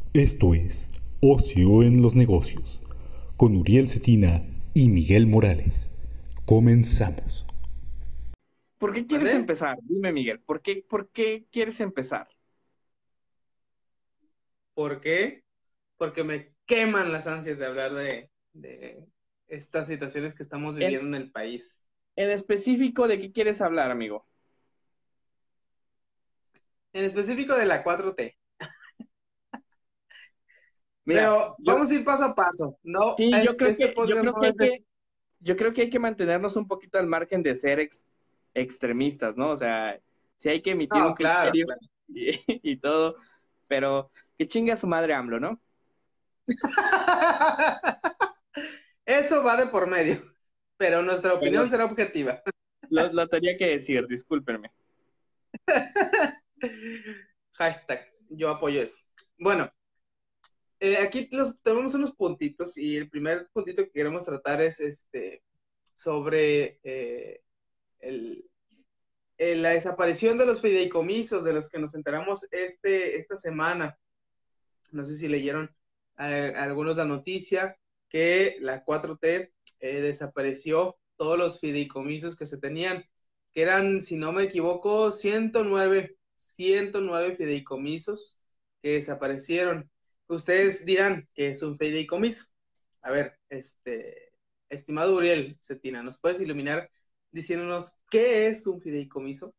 Esto es Ocio en los Negocios, con Uriel Cetina y Miguel Morales. Comenzamos. ¿Por qué quieres ¿Vale? empezar? Dime, Miguel, ¿por qué quieres empezar? ¿Por qué? Porque me queman las ansias de hablar de estas situaciones que estamos En, viviendo en el país. en específico, ¿de qué quieres hablar, amigo? En específico de la 4T. Mira, Pero vamos a ir paso a paso. No, sí, yo creo este que, yo podcast creo no que hay es de... que, yo creo que hay que mantenernos un poquito al margen de ser extremistas, ¿no? O sea, sí hay que emitir un No, claro, criterio claro. y todo, pero que chingue a su madre AMLO, ¿no? Eso va de por medio, pero nuestra opinión Perdón, será objetiva. lo tenía que decir, discúlpenme. Hashtag, yo apoyo eso. Bueno, aquí tenemos unos puntitos y el primer puntito que queremos tratar es sobre el, la desaparición de los fideicomisos de los que nos enteramos esta semana. No sé si leyeron algunos la noticia que la 4T desapareció todos los fideicomisos que se tenían, que eran, si no me equivoco, 109 fideicomisos que desaparecieron. Ustedes dirán que es un fideicomiso. A ver, estimado Uriel Cetina, ¿nos puedes iluminar diciéndonos qué es un fideicomiso?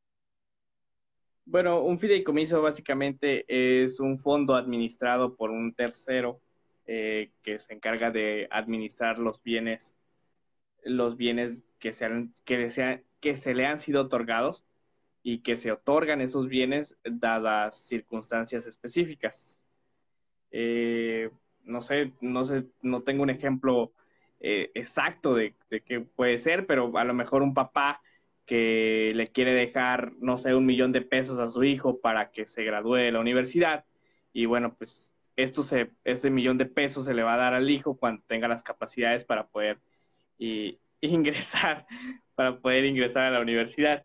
Bueno, un fideicomiso básicamente es un fondo administrado por un tercero que se encarga de administrar los bienes que se le han sido otorgados y que se otorgan esos bienes dadas circunstancias específicas. Eh, no sé, no tengo un ejemplo exacto de qué puede ser, pero a lo mejor un papá que le quiere dejar, no sé, 1 millón de pesos a su hijo para que se gradúe de la universidad. Y bueno, pues este 1 millón de pesos se le va a dar al hijo cuando tenga las capacidades para poder ingresar, para poder ingresar a la universidad.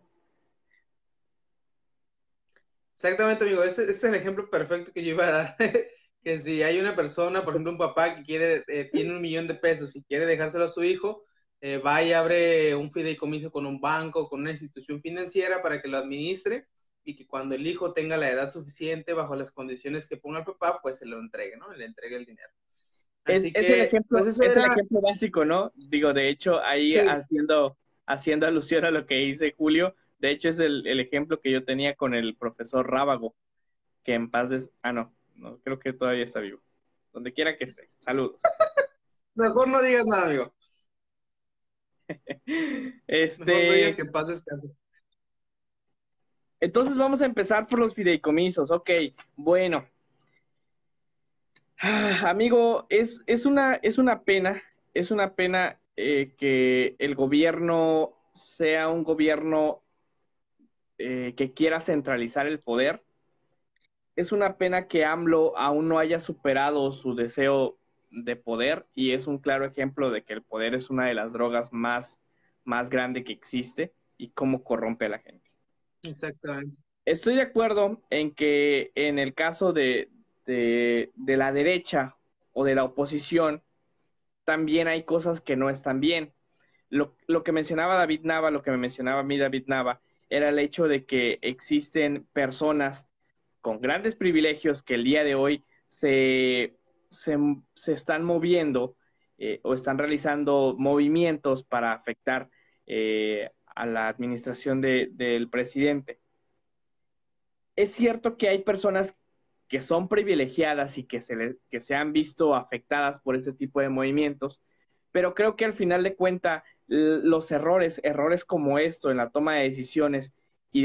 Exactamente, amigo. Este es el ejemplo perfecto que yo iba a dar. Que si hay una persona, por ejemplo, un papá que tiene 1 millón de pesos y quiere dejárselo a su hijo, va y abre un fideicomiso con un banco, con una institución financiera para que lo administre y que cuando el hijo tenga la edad suficiente, bajo las condiciones que ponga el papá, pues se lo entregue, ¿no? Le entregue el dinero. Es, Así es el que, pues ejemplo, eso es el era, ejemplo básico, ¿no? Digo, de hecho, ahí sí, haciendo alusión a lo que dice Julio, de hecho es el ejemplo que yo tenía con el profesor Rábago, que en paz no, creo que todavía está vivo. Donde quiera que esté. Saludos. mejor no digas nada, amigo. Mejor no digas Este, que en paz descanse. entonces vamos a empezar por los fideicomisos. Ok, bueno. Amigo, es una pena que el gobierno sea un gobierno que quiera centralizar el poder. Es una pena que AMLO aún no haya superado su deseo de poder y es un claro ejemplo de que el poder es una de las drogas más grande que existe y cómo corrompe a la gente. Exactamente. Estoy de acuerdo en que en el caso de la derecha o de la oposición, también hay cosas que no están bien. Lo que mencionaba David Nava, lo que me mencionaba a mí David Nava, era el hecho de que existen personas con grandes privilegios que el día de hoy se, se están moviendo o están realizando movimientos para afectar a la administración del presidente. Es cierto que hay personas que son privilegiadas y que se han visto afectadas por este tipo de movimientos, pero creo que al final de cuentas los errores como esto en la toma de decisiones y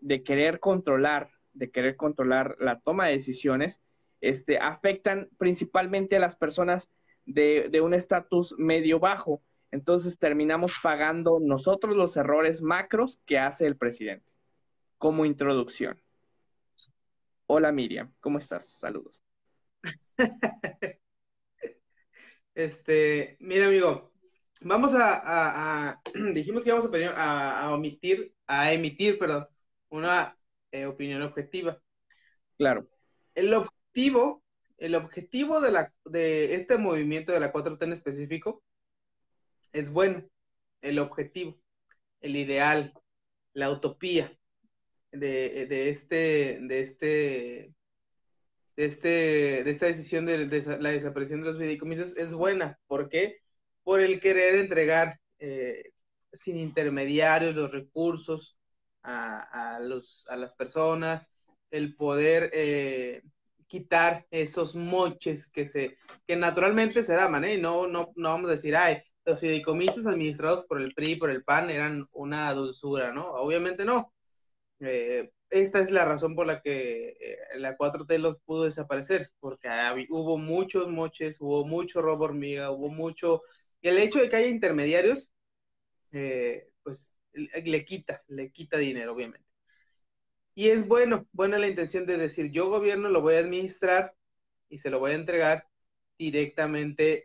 de querer controlar la toma de decisiones, afectan principalmente a las personas de un estatus medio bajo. Entonces terminamos pagando nosotros los errores macros que hace el presidente. Como introducción. Hola Miriam, ¿cómo estás? Saludos. Mira, amigo, vamos dijimos que vamos a, emitir, perdón, una opinión objetiva. Claro, El objetivo el objetivo de este movimiento de la 4T en específico es bueno. El objetivo, el ideal, la utopía de esta decisión de la desaparición de los fideicomisos es buena. ¿Por qué? Por el querer entregar sin intermediarios los recursos a las personas, el poder quitar esos moches que naturalmente se daban, ¿eh? No vamos a decir, ay, los fideicomisos administrados por el PRI y por el PAN eran una dulzura, ¿no? Obviamente no. Esta es la razón por la que la 4T los pudo desaparecer, porque hubo muchos moches, hubo mucho robo hormiga, hubo mucho... El hecho de que haya intermediarios, pues le quita dinero, obviamente. Y es buena la intención de decir, yo gobierno lo voy a administrar y se lo voy a entregar directamente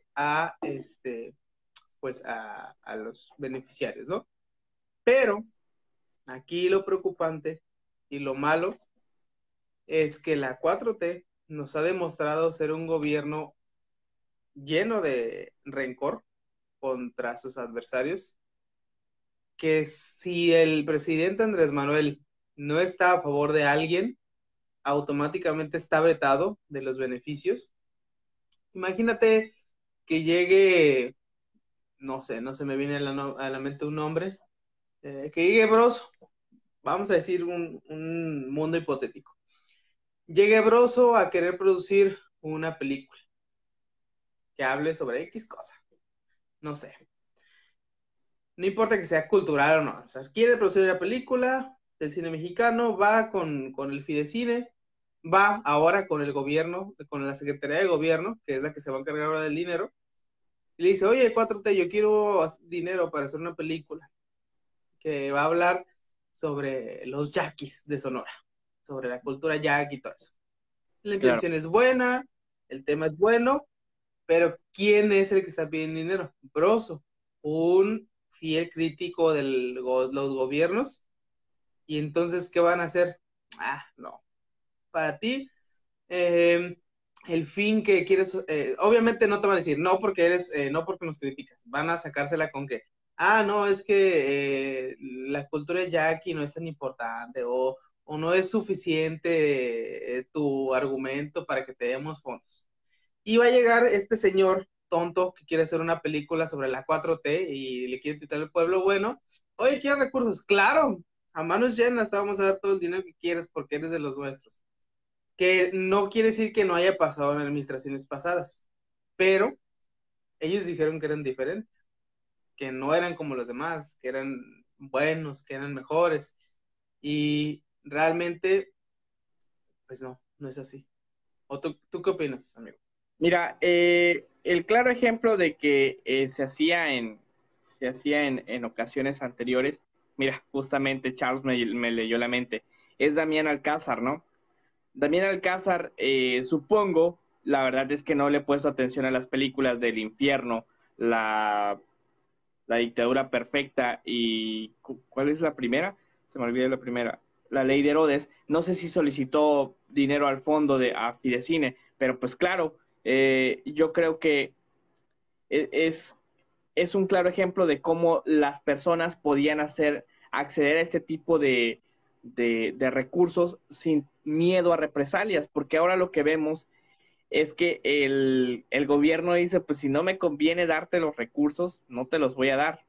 pues a los beneficiarios, ¿no? Pero aquí lo preocupante y lo malo es que la 4T nos ha demostrado ser un gobierno lleno de rencor contra sus adversarios, que si el presidente Andrés Manuel no está a favor de alguien, automáticamente está vetado de los beneficios. Imagínate que llegue, no sé, no se me viene a la mente un nombre, que llegue Broso, vamos a decir un mundo hipotético. Llegue Broso a querer producir una película que hable sobre X cosa, no sé. No importa que sea cultural o no, o sea, quiere producir una película del cine mexicano, va con el Fidecine, va ahora con el gobierno, con la Secretaría de Gobierno, que es la que se va a encargar ahora del dinero, y le dice, oye, 4T, yo quiero dinero para hacer una película que va a hablar sobre los yaquis de Sonora, sobre la cultura yaqui y todo eso. La Claro. intención es buena, el tema es bueno, pero ¿quién es el que está pidiendo dinero? Broso, un fiel crítico de los gobiernos. Y entonces, ¿qué van a hacer? No. Para ti, el fin que quieres, obviamente no te van a decir, no porque no porque nos criticas, van a sacársela con que, no, es que la cultura yaqui no es tan importante o no es suficiente tu argumento para que te demos fondos. Y va a llegar este señor tonto que quiere hacer una película sobre la 4T y le quiere quitar al pueblo bueno. Oye, ¿quieres recursos? Claro, a manos llenas te vamos a dar todo el dinero que quieres porque eres de los nuestros. Que no quiere decir que no haya pasado en administraciones pasadas, pero ellos dijeron que eran diferentes, que no eran como los demás, que eran buenos, que eran mejores. Y realmente, pues no es así. ¿O tú qué opinas, amigo? Mira, el claro ejemplo de que se hacía en ocasiones anteriores, mira, justamente Charles me leyó la mente, es Damián Alcázar, ¿no? Damián Alcázar, supongo, la verdad es que no le he puesto atención a las películas del infierno, la, la dictadura perfecta y ¿cuál es la primera? Se me olvidó la primera. La ley de Herodes. No sé si solicitó dinero al fondo a Fidecine, pero pues claro, yo creo que es, es un claro ejemplo de cómo las personas podían acceder a este tipo de recursos sin miedo a represalias, porque ahora lo que vemos es que el gobierno dice, pues si no me conviene darte los recursos, no te los voy a dar.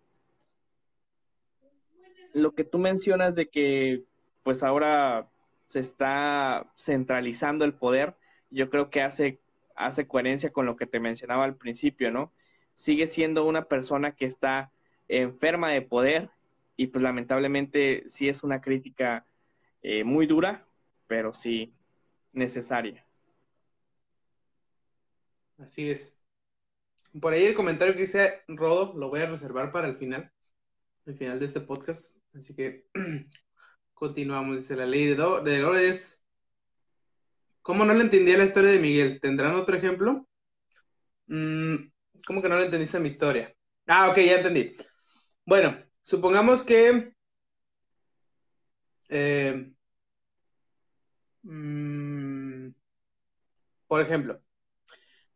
Lo que tú mencionas de que pues ahora se está centralizando el poder, yo creo que hace coherencia con lo que te mencionaba al principio, ¿no? Sigue siendo una persona que está enferma de poder y pues lamentablemente sí es una crítica muy dura, pero sí necesaria. Así es. Por ahí el comentario que dice Rodo lo voy a reservar para el final de este podcast. Así que continuamos. Dice la ley de Herodes. ¿Cómo no le entendía la historia de Miguel? ¿Tendrán otro ejemplo? Mm, ¿Cómo que no le entendiste mi historia? Ok, ya entendí. Bueno, supongamos que eh, mm, por ejemplo,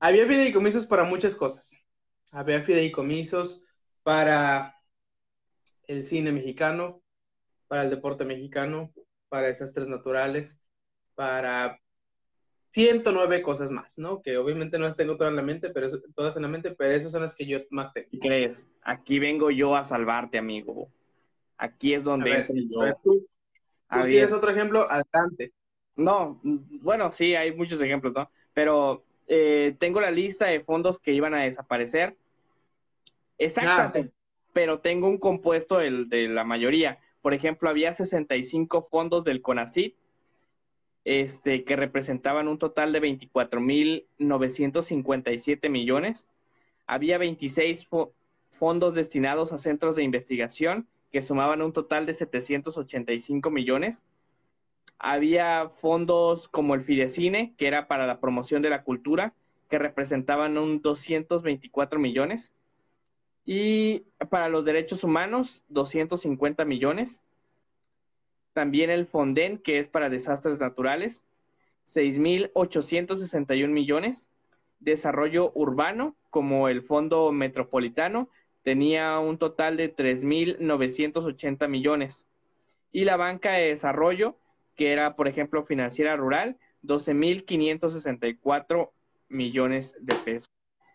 Había fideicomisos para muchas cosas. Había fideicomisos para el cine mexicano, para el deporte mexicano, para desastres naturales, para 109 cosas más, ¿no? Que obviamente no las tengo todas en la mente, todas en la mente, pero esas son las que yo más tengo. ¿Qué crees? Aquí vengo yo a salvarte, amigo. Aquí es A donde ver, entro a ver, yo. A tú tienes ver, otro ejemplo, adelante. no, bueno, sí, hay muchos ejemplos, ¿no? Pero tengo la lista de fondos que iban a desaparecer. Ah, ok. Exactamente, pero tengo un compuesto de la mayoría. Por ejemplo, había 65 fondos del CONACYT, que representaban un total de 24.957 millones. Había 26 fondos destinados a centros de investigación que sumaban un total de 785 millones. Había fondos como el Fidecine, que era para la promoción de la cultura, que representaban un 224 millones. Y para los derechos humanos, 250 millones. También el Fonden, que es para desastres naturales, 6.861 millones. Desarrollo urbano, como el Fondo Metropolitano, tenía un total de 3.980 millones. Y la banca de desarrollo, que era, por ejemplo, Financiera Rural, 12.564 millones de pesos.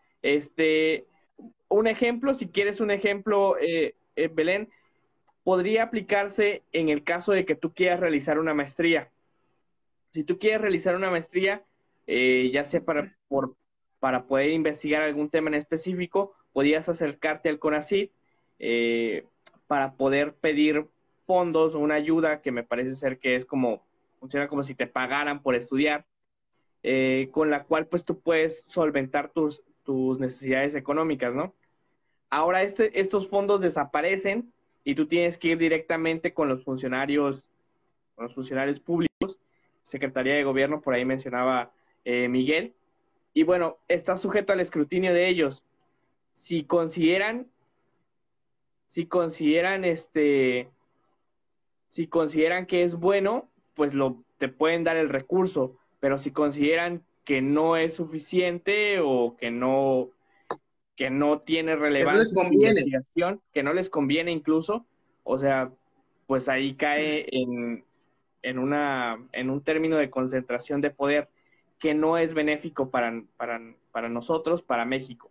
Un ejemplo, si quieres un ejemplo, Belén, podría aplicarse en el caso de que tú quieras realizar una maestría. Si tú quieres realizar una maestría, ya sea para poder investigar algún tema en específico, podías acercarte al CONACYT eh, para poder pedir fondos o una ayuda que me parece ser que es como, funciona como si te pagaran por estudiar, con la cual pues tú puedes solventar tus necesidades económicas, ¿no? Ahora estos fondos desaparecen y tú tienes que ir directamente con los funcionarios públicos, Secretaría de Gobierno, por ahí mencionaba Miguel, y bueno, está sujeto al escrutinio de ellos. Si consideran, si consideran si consideran que es bueno, pues te pueden dar el recurso, pero si consideran que no es suficiente o que no tiene Que no les relevancia su conviene. investigación, que no les conviene incluso, o sea, pues ahí cae en un término de concentración de poder que no es benéfico para nosotros, para México.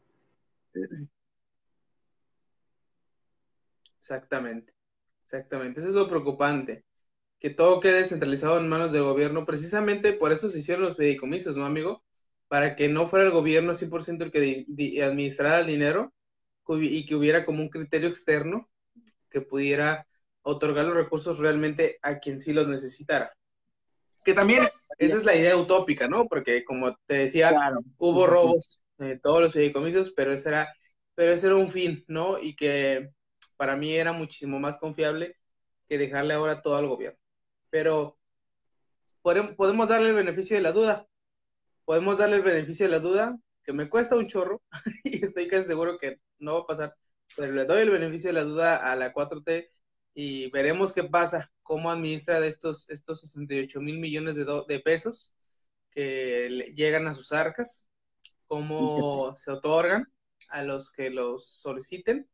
Exactamente, exactamente. Eso es lo preocupante, que todo quede centralizado en manos del gobierno. Precisamente por eso se hicieron los fideicomisos, ¿no, amigo? Para que no fuera el gobierno 100% el que administrara el dinero y que hubiera como un criterio externo que pudiera otorgar los recursos realmente a quien sí los necesitara. Que también esa es la idea utópica, ¿no? Porque como te decía, Claro, sí, hubo sí, sí. robos en todos los fideicomisos, pero ese era un fin, ¿no? Y que para mí era muchísimo más confiable que dejarle ahora todo al gobierno. Pero podemos darle el beneficio de la duda. Podemos darle el beneficio de la duda, que me cuesta un chorro, y estoy casi seguro que no va a pasar, pero le doy el beneficio de la duda a la 4T y veremos qué pasa, cómo administra de estos 68 mil millones de pesos que llegan a sus arcas, Fíjate. cómo se otorgan a los que los soliciten,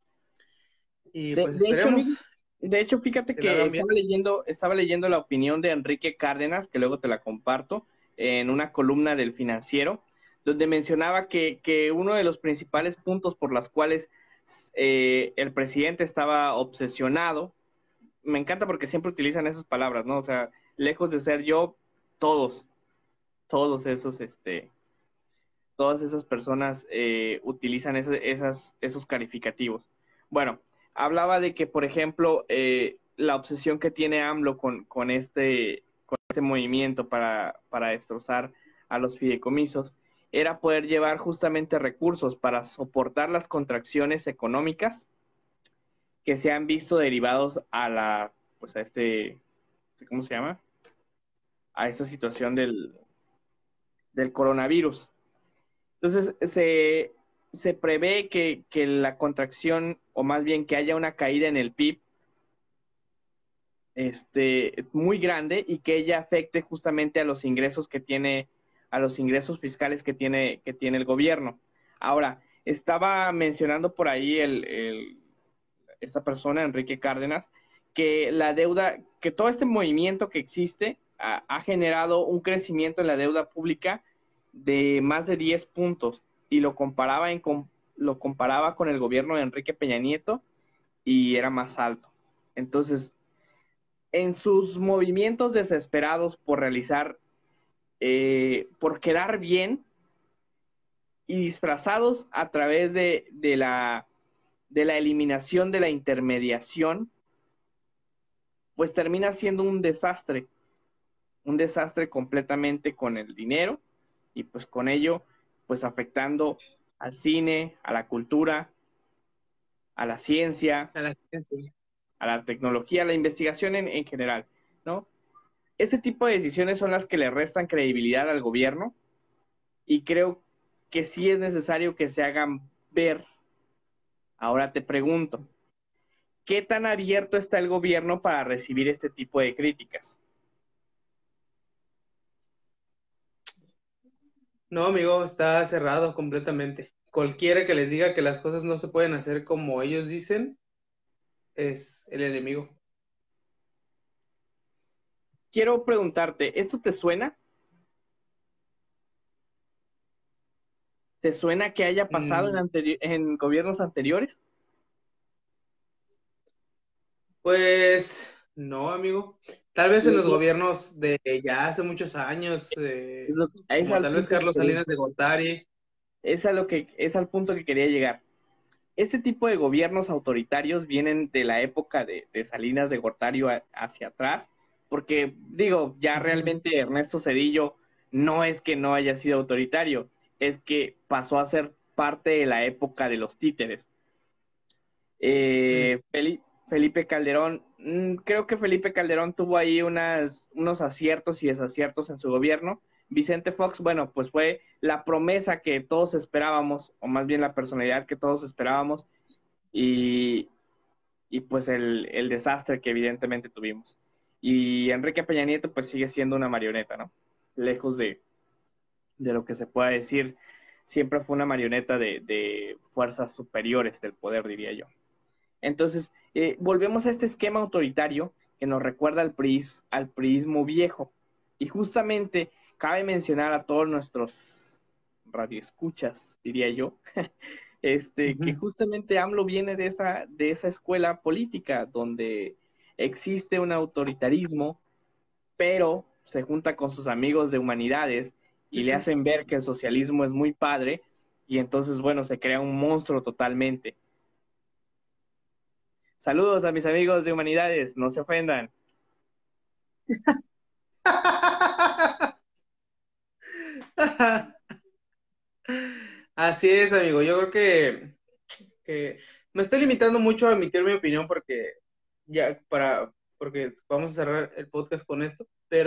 y De, pues de hecho, amigo, esperemos de hecho, fíjate que lo que hagan bien. estaba leyendo la opinión de Enrique Cárdenas, que luego te la comparto, en una columna del Financiero, donde mencionaba que uno de los principales puntos por los cuales el presidente estaba obsesionado, me encanta porque siempre utilizan esas palabras, ¿no? O sea, lejos de ser yo, todos, todos esos, todas esas personas utilizan esos calificativos. Bueno, hablaba de que, por ejemplo, la obsesión que tiene AMLO con este movimiento para destrozar a los fideicomisos era poder llevar justamente recursos para soportar las contracciones económicas que se han visto derivados pues a ¿cómo se llama? A esta situación del coronavirus. Entonces, se prevé que la contracción, o más bien que haya una caída en el PIB muy grande y que ella afecte justamente a los ingresos que tiene a los ingresos fiscales que tiene el gobierno. Ahora, estaba mencionando por ahí esta persona, Enrique Cárdenas, que la deuda, que todo este movimiento que existe ha generado un crecimiento en la deuda pública de más de 10 puntos y lo comparaba con el gobierno de Enrique Peña Nieto y era más alto. Entonces, en sus movimientos desesperados por realizar, por quedar bien y disfrazados a través de la eliminación de la intermediación, pues termina siendo un desastre completamente con el dinero y pues con ello, pues afectando al cine, a la cultura, a la ciencia, A la ciencia. a la tecnología, a la investigación en general, ¿no? Ese tipo de decisiones son las que le restan credibilidad al gobierno y creo que sí es necesario que se hagan ver. Ahora te pregunto, ¿qué tan abierto está el gobierno para recibir este tipo de críticas? No, amigo, está cerrado completamente. Cualquiera que les diga que las cosas no se pueden hacer como ellos dicen, es el enemigo. Quiero preguntarte, ¿esto te suena? ¿Te suena que haya pasado Mm, en gobiernos anteriores? Pues no, amigo. Tal vez en Es los lo- gobiernos de ya hace muchos años, es como al tal vez punto Carlos Salinas de Gortari. es al punto que quería llegar. Este tipo de gobiernos autoritarios vienen de la época de Salinas de Gortari hacia atrás, porque digo, ya Ujú, realmente Ernesto Zedillo no es que no haya sido autoritario, es que pasó a ser parte de la época de los títeres. mm. Felipe Calderón, creo que Felipe Calderón tuvo ahí unos aciertos y desaciertos en su gobierno. Vicente Fox, bueno, pues fue la promesa que todos esperábamos, o más bien la personalidad que todos esperábamos, y, y pues el desastre que evidentemente tuvimos. Y Enrique Peña Nieto pues sigue siendo una marioneta, ¿no? Lejos de lo que se pueda decir, siempre fue una marioneta de fuerzas superiores del poder, diría yo. Entonces, volvemos a este esquema autoritario que nos recuerda al priismo viejo. Y justamente cabe mencionar a todos nuestros radioescuchas, diría yo, que Ujú. justamente AMLO viene de esa escuela política donde existe un autoritarismo, pero se junta con sus amigos de humanidades y le hacen ver que el socialismo es muy padre y entonces, bueno, se crea un monstruo totalmente. Saludos a mis amigos de humanidades, no se ofendan. Así es, amigo. Yo creo que me estoy limitando mucho a emitir mi opinión porque vamos a cerrar el podcast con esto,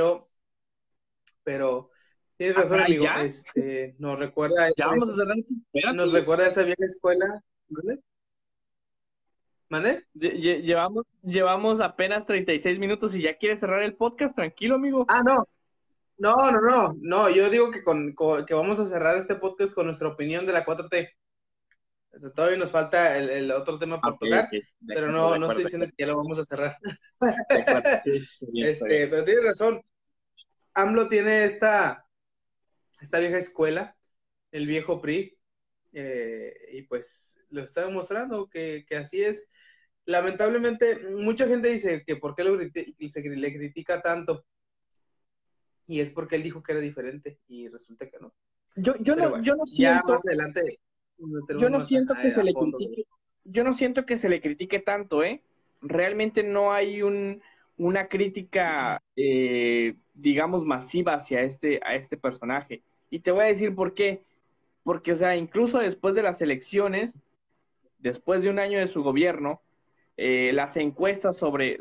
pero tienes Ah, razón, caray, amigo. ya, ya vamos a cerrar esto. Nos Espérate, recuerda a esa vieja escuela. ¿Mande? ¿Mande? llevamos apenas 36 minutos y ya quieres cerrar el podcast. Tranquilo, amigo. Ah, no. No, no, no, no, yo digo que que vamos a cerrar este podcast con nuestra opinión de la 4T. O sea, todavía nos falta el otro tema Ah, por ok, tocar, ok, de pero acuerdo, de no estoy acuerdo, de diciendo acuerdo. que ya lo vamos a cerrar. De acuerdo, sí, está bien, está bien. Pero tienes razón. AMLO tiene esta vieja escuela, el viejo PRI, y pues lo está demostrando que así es. Lamentablemente, mucha gente dice que por qué le critica tanto, y es porque él dijo que era diferente, y resulta que no. Pero bueno, Yo no ya siento, más adelante nos yo tenemos no más siento que se a le fondo. critique, yo no siento que se le critique tanto, ¿eh? Realmente no hay una crítica, digamos, masiva hacia a este personaje. Y te voy a decir por qué. Porque, o sea, incluso después de las elecciones, después de un año de su gobierno, las encuestas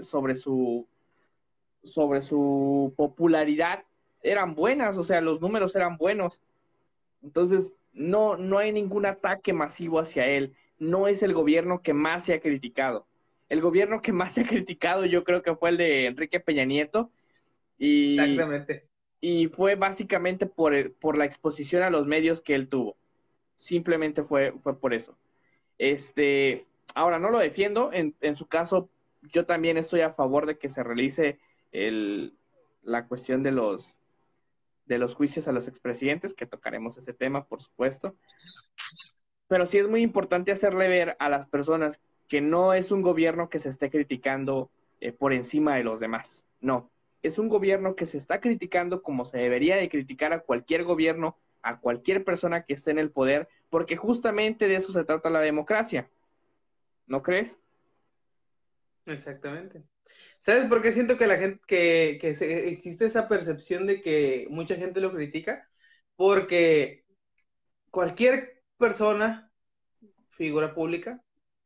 sobre su popularidad eran buenas, o sea, los números eran buenos. Entonces, no hay ningún ataque masivo hacia él. No es el gobierno que más se ha criticado. El gobierno que más se ha criticado yo creo que fue el de Enrique Peña Nieto y, Exactamente. y fue básicamente por la exposición a los medios que él tuvo. Simplemente fue por eso. Ahora, no lo defiendo, en su caso, yo también estoy a favor de que se realice la cuestión de los juicios a los expresidentes, que tocaremos ese tema, por supuesto. Pero sí es muy importante hacerle ver a las personas que no es un gobierno que se esté criticando por encima de los demás. No, es un gobierno que se está criticando como se debería de criticar a cualquier gobierno, a cualquier persona que esté en el poder, porque justamente de eso se trata la democracia. ¿No crees? Exactamente. ¿Sabes por qué siento que la gente, existe esa percepción de que mucha gente lo critica? Porque cualquier persona, figura pública,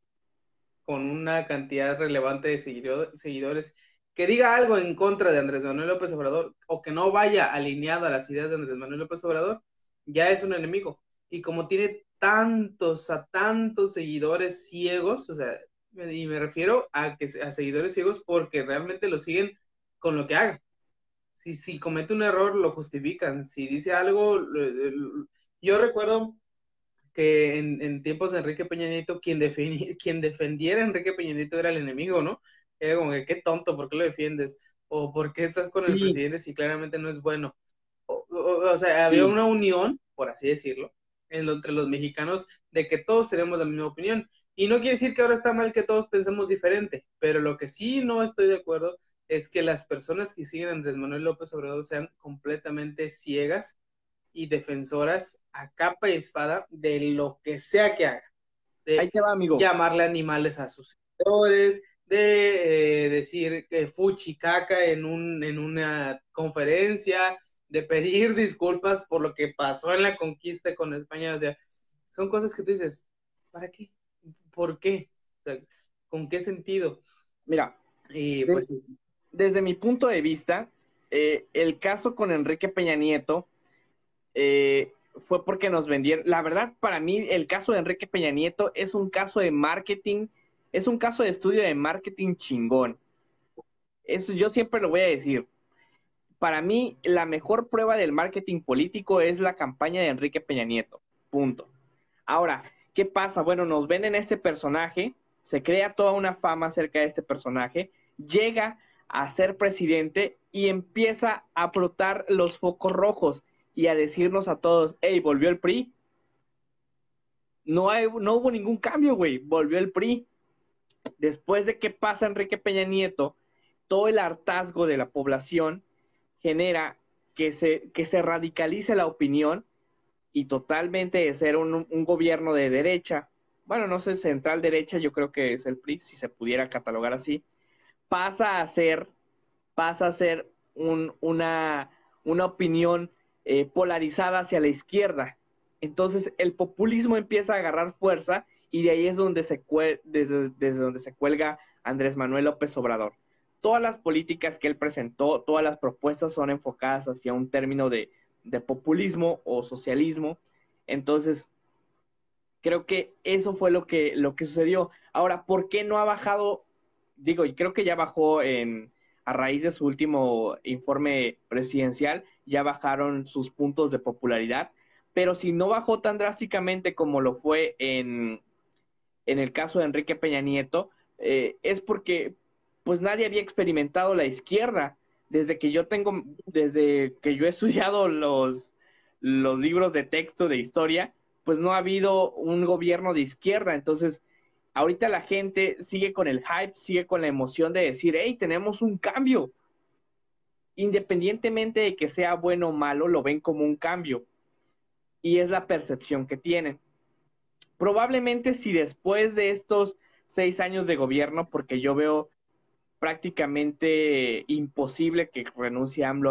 con una cantidad relevante de seguidores, que diga algo en contra de Andrés Manuel López Obrador o que no vaya alineado a las ideas de Andrés Manuel López Obrador, ya es un enemigo. Y como tiene tantos seguidores ciegos, o sea, y me refiero a seguidores ciegos porque realmente lo siguen con lo que haga. Si comete un error, lo justifican. Si dice algo, yo recuerdo que en tiempos de Enrique Peña Nieto, quien defendiera a Enrique Peña Nieto era el enemigo, ¿no? Era como que, qué tonto, ¿por qué lo defiendes? O ¿por qué estás con el Sí, presidente si claramente no es bueno? O sea, había sí. una unión, por así decirlo, entre los mexicanos de que todos tenemos la misma opinión. Y no quiere decir que ahora está mal que todos pensemos diferente, pero lo que sí no estoy de acuerdo es que las personas que siguen a Andrés Manuel López Obrador sean completamente ciegas y defensoras a capa y espada de lo que sea que haga, Ahí de te va, amigo. llamarle animales a sus seguidores, de decir fuchi caca en una conferencia, de pedir disculpas por lo que pasó en la conquista con España. O sea, son cosas que tú dices, ¿para qué? ¿Por qué? O sea, ¿con qué sentido? Mira, Y de- pues sí. desde mi punto de vista, el caso con Enrique Peña Nieto eh, fue porque nos vendieron. La verdad, para mí, el caso de Enrique Peña Nieto es un caso de marketing, es un caso de estudio de marketing chingón. Eso yo siempre lo voy a decir. Para mí, la mejor prueba del marketing político es la campaña de Enrique Peña Nieto. Punto. Ahora, ¿qué pasa? Bueno, nos venden este personaje, se crea toda una fama acerca de este personaje, llega a ser presidente y empieza a brotar los focos rojos y a decirnos a todos, hey, volvió el PRI. No hubo ningún cambio, güey, volvió el PRI. Después de que pasa Enrique Peña Nieto, todo el hartazgo de la población genera que se radicalice la opinión y totalmente de ser un gobierno de derecha, bueno, no sé, central derecha, yo creo que es el PRI, si se pudiera catalogar así, pasa a ser, pasa a ser una opinión polarizada hacia la izquierda. Entonces el populismo empieza a agarrar fuerza y de ahí es donde desde donde se cuelga Andrés Manuel López Obrador. Todas las políticas que él presentó, todas las propuestas son enfocadas hacia un término de populismo o socialismo. Entonces, creo que eso fue lo que sucedió. Ahora, ¿por qué no ha bajado? Digo, y creo que ya bajó a raíz de su último informe presidencial, ya bajaron sus puntos de popularidad, pero si no bajó tan drásticamente como lo fue en el caso de Enrique Peña Nieto, es porque pues nadie había experimentado la izquierda. Desde que yo he estudiado los libros de texto de historia, pues no ha habido un gobierno de izquierda. Entonces, ahorita la gente sigue con el hype, sigue con la emoción de decir, hey, tenemos un cambio. Independientemente de que sea bueno o malo, lo ven como un cambio. Y es la percepción que tienen. Probablemente si después de estos 6 años de gobierno, porque yo veo prácticamente imposible que renuncie AMLO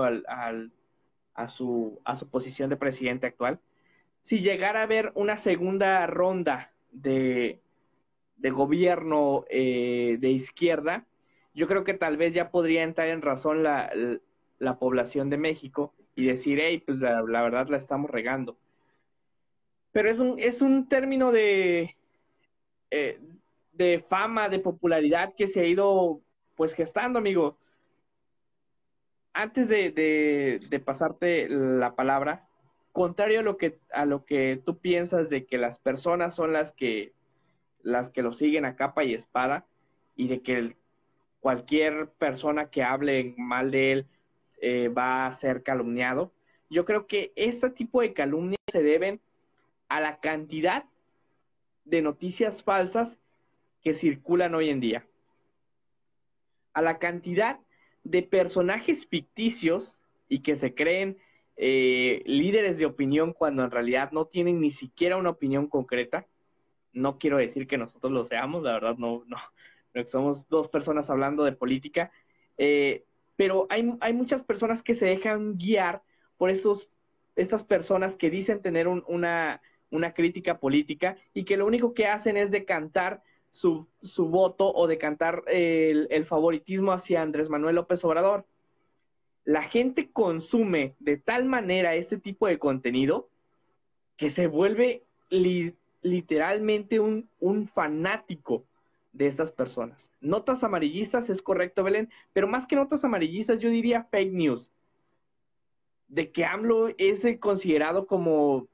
a su posición de presidente actual, si llegara a haber una segunda ronda de gobierno de izquierda, yo creo que tal vez ya podría entrar en razón la población de México y decir, hey, pues la verdad la estamos regando. Pero es un término eh, de fama, de popularidad que se ha ido pues gestando, amigo. antes de pasarte la palabra, contrario a lo que tú piensas de que las personas son las que lo siguen a capa y espada y de que cualquier persona que hable mal de él va a ser calumniado. Yo creo que este tipo de calumnias se deben a la cantidad de noticias falsas que circulan hoy en día, a la cantidad de personajes ficticios y que se creen líderes de opinión cuando en realidad no tienen ni siquiera una opinión concreta. No quiero decir que nosotros lo seamos, la verdad no somos dos personas hablando de política, eh, pero hay muchas personas que se dejan guiar por estas personas que dicen tener una crítica política y que lo único que hacen es decantar su voto o decantar el favoritismo hacia Andrés Manuel López Obrador. La gente consume de tal manera este tipo de contenido que se vuelve literalmente un fanático de estas personas. Notas amarillistas, es correcto, Belén, pero más que notas amarillistas, yo diría fake news, de que AMLO es considerado como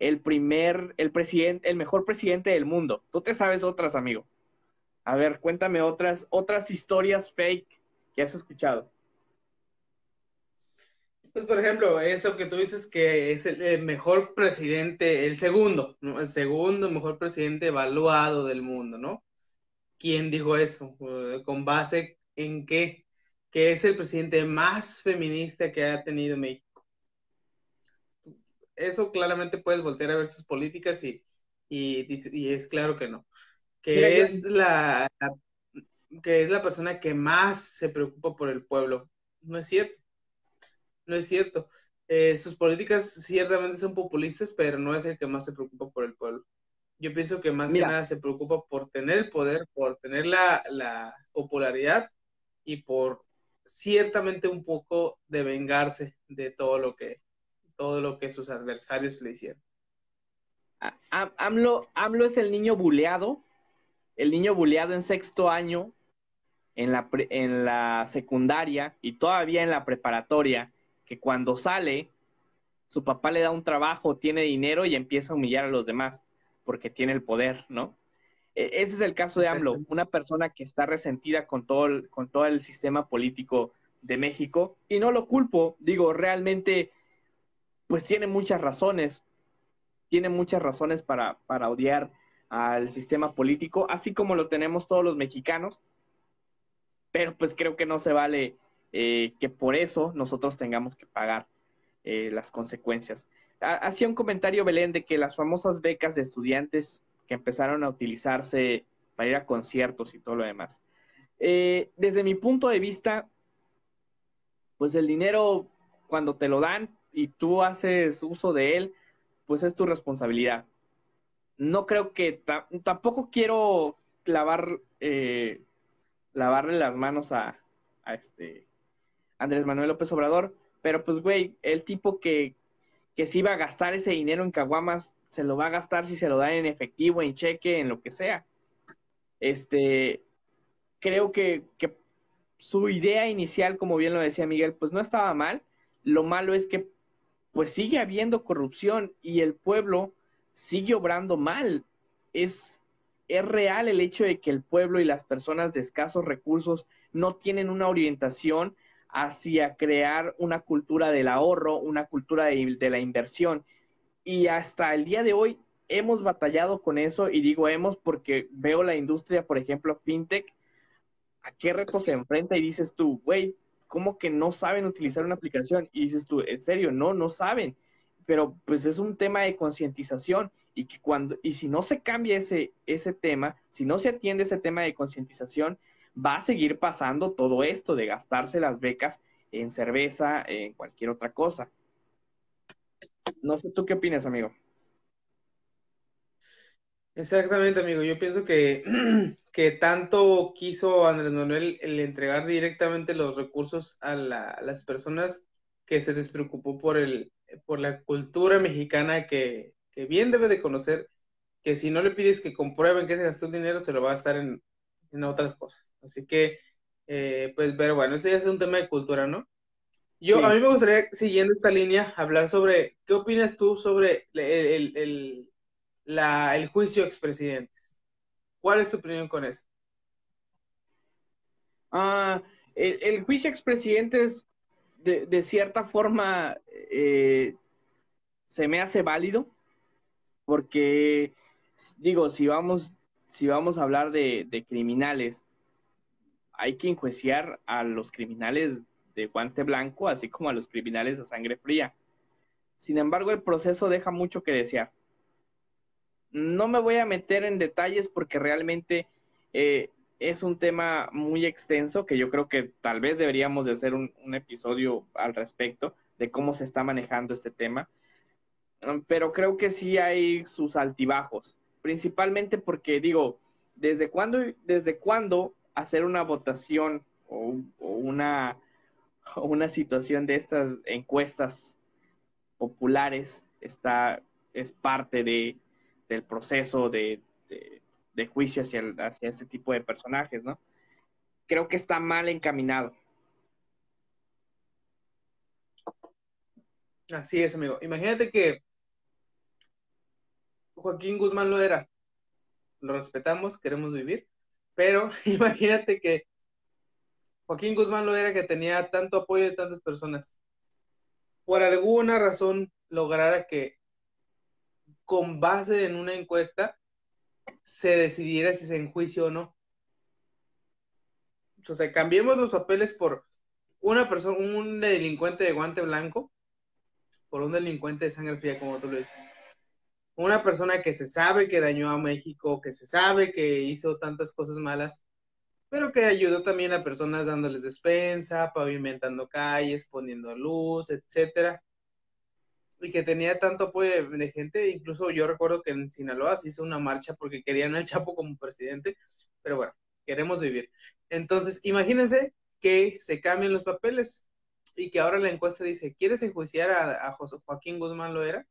el mejor presidente del mundo. Tú te sabes otras, amigo. A ver, cuéntame otras historias fake que has escuchado. Pues, por ejemplo, eso que tú dices que es el mejor presidente, el segundo, ¿no? El segundo mejor presidente evaluado del mundo, ¿no? ¿Quién dijo eso? ¿Con base en qué? Que es el presidente más feminista que ha tenido México. Eso claramente puedes voltear a ver sus políticas y es claro que no. Mira, Que es que es la persona que más se preocupa por el pueblo. No es cierto, no es cierto. Sus políticas ciertamente son populistas, pero no es el que más se preocupa por el pueblo. Yo pienso que más que mira, nada se preocupa por tener el poder, por tener la popularidad y por ciertamente un poco de vengarse de todo lo que sus adversarios le hicieron. AMLO es el niño buleado en sexto año, en la secundaria y todavía en la preparatoria, que cuando sale, su papá le da un trabajo, tiene dinero y empieza a humillar a los demás porque tiene el poder, ¿no? Ese es el caso de AMLO, Exactamente. una persona que está resentida con todo el sistema político de México, y no lo culpo, digo, realmente, pues tiene muchas razones para odiar al sistema político, así como lo tenemos todos los mexicanos, pero pues creo que no se vale que por eso nosotros tengamos que pagar las consecuencias. Hacía un comentario, Belén, de que las famosas becas de estudiantes que empezaron a utilizarse para ir a conciertos y todo lo demás. Desde mi punto de vista, pues el dinero, cuando te lo dan y tú haces uso de él, pues es tu responsabilidad. No creo que, tampoco quiero clavar, lavarle las manos a Andrés Manuel López Obrador, pero pues, güey, el tipo que se iba a gastar ese dinero en caguamas, se lo va a gastar si se lo dan en efectivo, en cheque, en lo que sea. Este, creo que su idea inicial, como bien lo decía Miguel, pues no estaba mal. Lo malo es que pues sigue habiendo corrupción y el pueblo sigue obrando mal. Es, es real el hecho de que el pueblo y las personas de escasos recursos no tienen una orientación hacia crear una cultura del ahorro, una cultura de la inversión. Y hasta el día de hoy hemos batallado con eso, y digo hemos porque veo la industria, por ejemplo, fintech, a qué retos se enfrenta y dices tú, güey, ¿cómo que no saben utilizar una aplicación? Y dices tú, en serio, no saben. Pero pues es un tema de concientización, y que y si no se cambia ese tema, si no se atiende ese tema de concientización, va a seguir pasando todo esto de gastarse las becas en cerveza, en cualquier otra cosa. No sé tú qué opinas, amigo. Exactamente, amigo. Yo pienso que, que tanto quiso Andrés Manuel el entregar directamente los recursos a las personas que se despreocupó por la cultura mexicana que bien debe de conocer, que si no le pides que comprueben que se gastó el dinero, se lo va a gastar en otras cosas. Así que, pues, pero bueno, eso ya es un tema de cultura, ¿no? A Sí. mí me gustaría, siguiendo esta línea, hablar sobre, ¿qué opinas tú sobre el juicio a expresidentes? ¿Cuál es tu opinión con eso? Ah, el juicio a expresidentes, de cierta forma, se me hace válido, porque, digo, si vamos a hablar de criminales, hay que enjuiciar a los criminales de guante blanco, así como a los criminales de sangre fría. Sin embargo, el proceso deja mucho que desear. No me voy a meter en detalles porque realmente es un tema muy extenso que yo creo que tal vez deberíamos de hacer un episodio al respecto de cómo se está manejando este tema. Pero creo que sí hay sus altibajos, principalmente porque digo, desde cuándo hacer una votación o una situación de estas encuestas populares es parte del proceso de juicio hacia este tipo de personajes, ¿no? Creo que está mal encaminado. Así es, amigo. Imagínate que Joaquín Guzmán lo era. Lo respetamos, queremos vivir, pero imagínate que Joaquín Guzmán lo era, que tenía tanto apoyo de tantas personas. Por alguna razón lograra que con base en una encuesta se decidiera si se enjuicia o no. O sea, cambiemos los papeles por una persona, un delincuente de guante blanco, por un delincuente de sangre fría, como tú lo dices. Una persona que se sabe que dañó a México, que se sabe que hizo tantas cosas malas, pero que ayudó también a personas dándoles despensa, pavimentando calles, poniendo luz, etcétera, y que tenía tanto apoyo de gente. Incluso yo recuerdo que en Sinaloa se hizo una marcha porque querían al Chapo como presidente, pero bueno, queremos vivir. Entonces, imagínense que se cambien los papeles y que ahora la encuesta dice, ¿quieres enjuiciar a José Joaquín Guzmán Loera?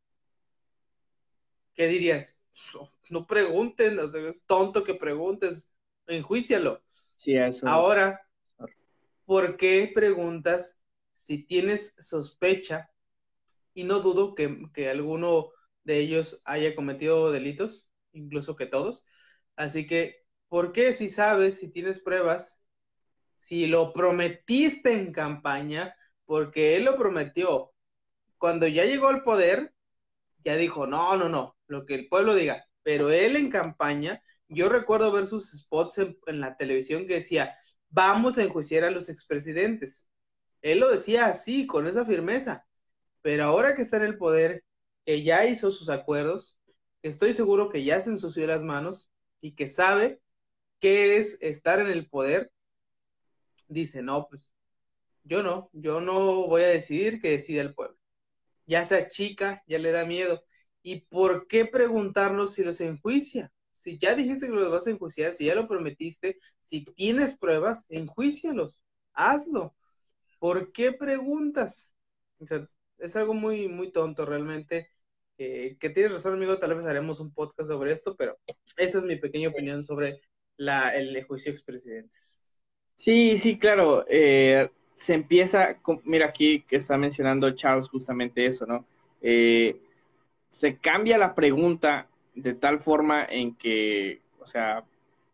¿Qué dirías? No pregunten, o sea, es tonto que preguntes, enjuícialo. Sí, eso. Ahora, ¿por qué preguntas si tienes sospecha? Y no dudo que alguno de ellos haya cometido delitos, incluso que todos. Así que, ¿por qué si sabes, si tienes pruebas, si lo prometiste en campaña? Porque él lo prometió. Cuando ya llegó al poder, ya dijo, no, no, no, lo que el pueblo diga. Pero él en campaña, yo recuerdo ver sus spots en la televisión que decía, vamos a enjuiciar a los expresidentes. Él lo decía así, con esa firmeza. Pero ahora que está en el poder, que ya hizo sus acuerdos, estoy seguro que ya se ensució las manos y que sabe qué es estar en el poder, dice, no, pues yo no voy a decidir, que decida el pueblo. Ya se achica, ya le da miedo. ¿Y por qué preguntarnos si los enjuicia? Si ya dijiste que los vas a enjuiciar, si ya lo prometiste, si tienes pruebas, enjuícialos, hazlo. ¿Por qué preguntas? O sea, es algo muy, muy tonto realmente. Que tienes razón, amigo, tal vez haremos un podcast sobre esto, pero esa es mi pequeña opinión sobre el juicio expresidente. Sí, sí, claro. Se empieza, mira aquí que está mencionando Charles justamente eso, ¿no? Eh, Se cambia la pregunta de tal forma en que, o sea,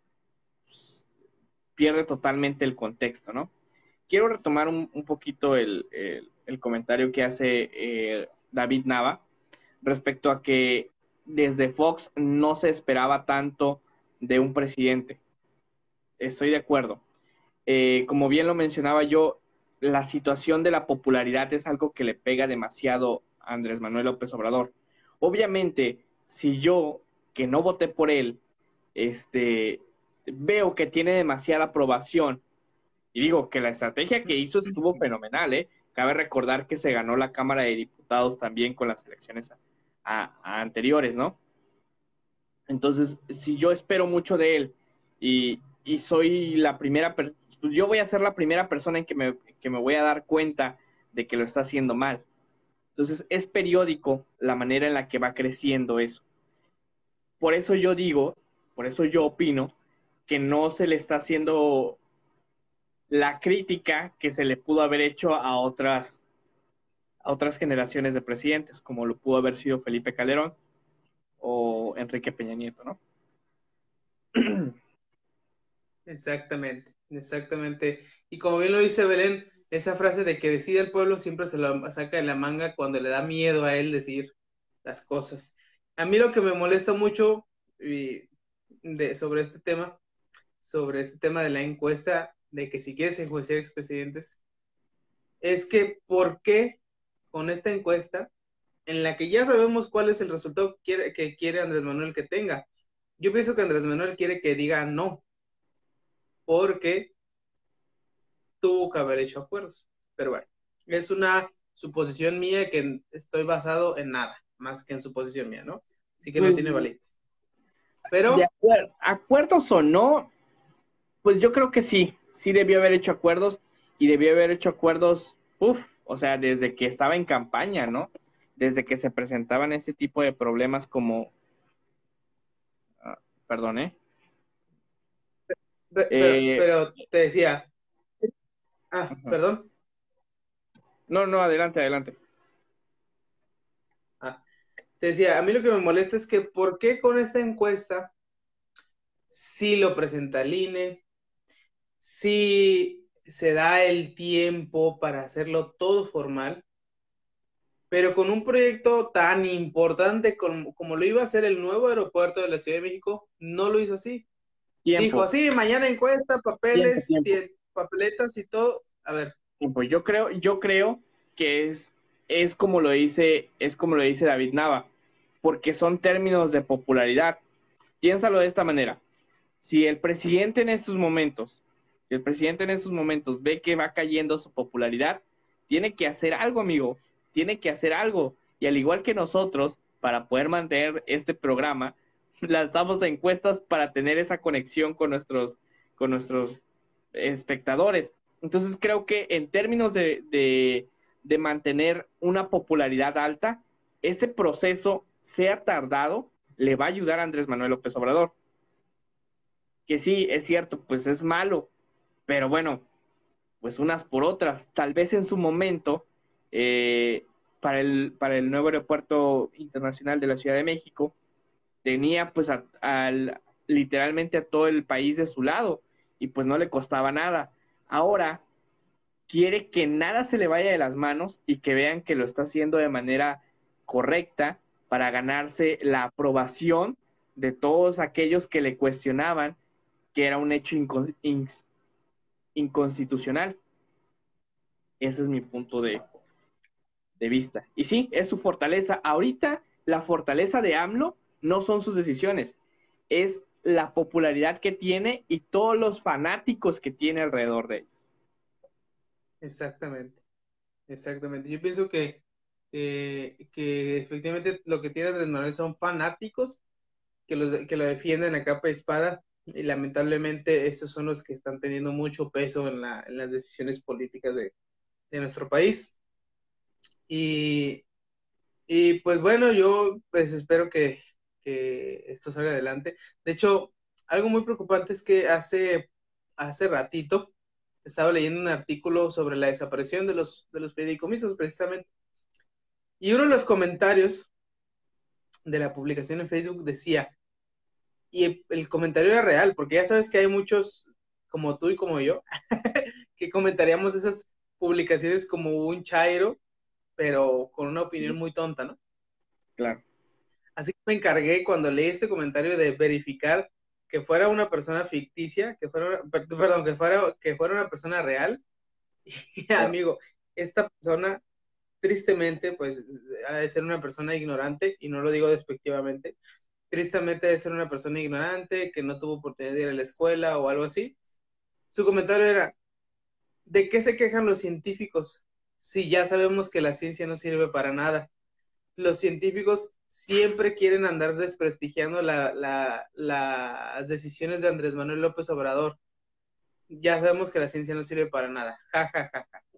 pierde totalmente el contexto, ¿no? Quiero retomar un poquito el comentario que hace David Nava respecto a que desde Fox no se esperaba tanto de un presidente. Estoy de acuerdo. Como bien lo mencionaba yo, la situación de la popularidad es algo que le pega demasiado a Andrés Manuel López Obrador. Obviamente, si yo, que no voté por él, veo que tiene demasiada aprobación, y digo que la estrategia que hizo estuvo fenomenal, ¿eh? Cabe recordar que se ganó la Cámara de Diputados también con las elecciones a anteriores, ¿no? Entonces, si yo espero mucho de él y soy la primera persona, yo voy a ser la primera persona en que me voy a dar cuenta de que lo está haciendo mal. Entonces, es periódico la manera en la que va creciendo eso. Por eso yo digo, por eso yo opino que no se le está haciendo la crítica que se le pudo haber hecho a otras generaciones de presidentes, como lo pudo haber sido Felipe Calderón o Enrique Peña Nieto, ¿no? Exactamente, exactamente. Y como bien lo dice Belén, esa frase de que decide el pueblo siempre se la saca de la manga cuando le da miedo a él decir las cosas. A mí lo que me molesta mucho sobre sobre este tema de la encuesta, de que si quieres enjuiciar expresidentes, es que ¿por qué con esta encuesta, en la que ya sabemos cuál es el resultado que quiere Andrés Manuel que tenga? Yo pienso que Andrés Manuel quiere que diga no, porque tuvo que haber hecho acuerdos. Pero bueno, es una suposición mía que estoy basado en nada, más que en suposición mía, ¿no? Así que no Pues tiene validez. de Pero, acuerdos o no, pues yo creo que sí, sí debió haber hecho acuerdos y debió haber hecho acuerdos, o sea, desde que estaba en campaña, ¿no? Desde que se presentaban ese tipo de problemas como, ah, perdón, ¿eh? Eh, pero te decía, Ajá. perdón. No, no, adelante, adelante. Ah, te decía, a mí lo que me molesta es que ¿por qué con esta encuesta si lo presenta el INE, si se da el tiempo para hacerlo todo formal, pero con un proyecto tan importante como lo iba a ser el nuevo aeropuerto de la Ciudad de México, no lo hizo así? Dijo, Tiempo, sí, mañana encuesta, tiempo, papeles, tiempo, papeletas y todo. A ver, tiempo. Yo creo que es como lo dice David Nava, porque son términos de popularidad. Piénsalo de esta manera. Si el presidente en estos momentos, si el presidente en estos momentos ve que va cayendo su popularidad, tiene que hacer algo, amigo, tiene que hacer algo. Y al igual que nosotros, para poder mantener este programa, lanzamos encuestas para tener esa conexión con nuestros espectadores. Entonces creo que en términos de mantener una popularidad alta, este proceso, sea tardado, le va a ayudar a Andrés Manuel López Obrador. Que sí, es cierto, pues es malo, pero bueno, pues unas por otras. Tal vez en su momento, eh, para el nuevo aeropuerto internacional de la Ciudad de México, tenía pues literalmente a todo el país de su lado y pues no le costaba nada. Ahora quiere que nada se le vaya de las manos y que vean que lo está haciendo de manera correcta para ganarse la aprobación de todos aquellos que le cuestionaban que era un hecho inconstitucional. Ese es mi punto de vista. Y sí, es su fortaleza. Ahorita la fortaleza de AMLO no son sus decisiones, es la popularidad que tiene y todos los fanáticos que tiene alrededor de él. exactamente, exactamente. Yo pienso que efectivamente lo que tiene Andrés Manuel son fanáticos que lo defienden a capa y espada, y lamentablemente estos son los que están teniendo mucho peso en las decisiones políticas de nuestro país. Y, y pues bueno, yo pues espero que esto salga adelante. De hecho, algo muy preocupante es que hace ratito estaba leyendo un artículo sobre la desaparición de los fideicomisos, precisamente. Y uno de los comentarios de la publicación en Facebook decía, y el comentario era real, porque ya sabes que hay muchos como tú y como yo, que comentaríamos esas publicaciones como un chairo, pero con una opinión muy tonta, ¿no? Claro. Así que me encargué cuando leí este comentario de verificar que fuera una persona ficticia, perdón, que fuera una persona real. Y amigo, esta persona tristemente, pues, ha de ser una persona ignorante, y no lo digo despectivamente, tristemente debe ser una persona ignorante que no tuvo oportunidad de ir a la escuela o algo así. Su comentario era, ¿de qué se quejan los científicos si ya sabemos que la ciencia no sirve para nada? Los científicos siempre quieren andar desprestigiando las decisiones de Andrés Manuel López Obrador. Ya sabemos que la ciencia no sirve para nada. Ja, ja, ja, ja.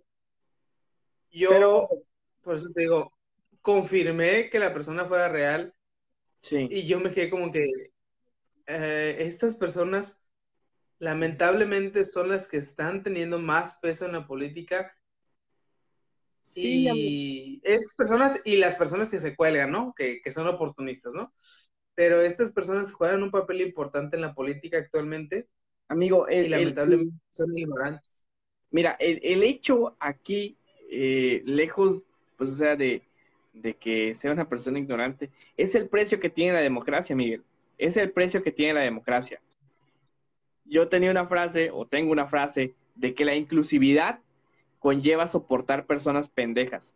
Pero Yo, por eso te digo, confirmé que la persona fuera real, sí, y yo me quedé como que estas personas lamentablemente son las que están teniendo más peso en la política. Sí, amigo. Y esas personas y las personas que se cuelgan, ¿no? Que son oportunistas, ¿no? Pero estas personas juegan un papel importante en la política actualmente Amigo, y lamentablemente son ignorantes. mira, el hecho aquí, lejos, pues, o sea, de que sea una persona ignorante, es el precio que tiene la democracia, Miguel. Es el precio que tiene la democracia. Yo tenía una frase, o tengo una frase, de que la inclusividad conlleva soportar personas pendejas.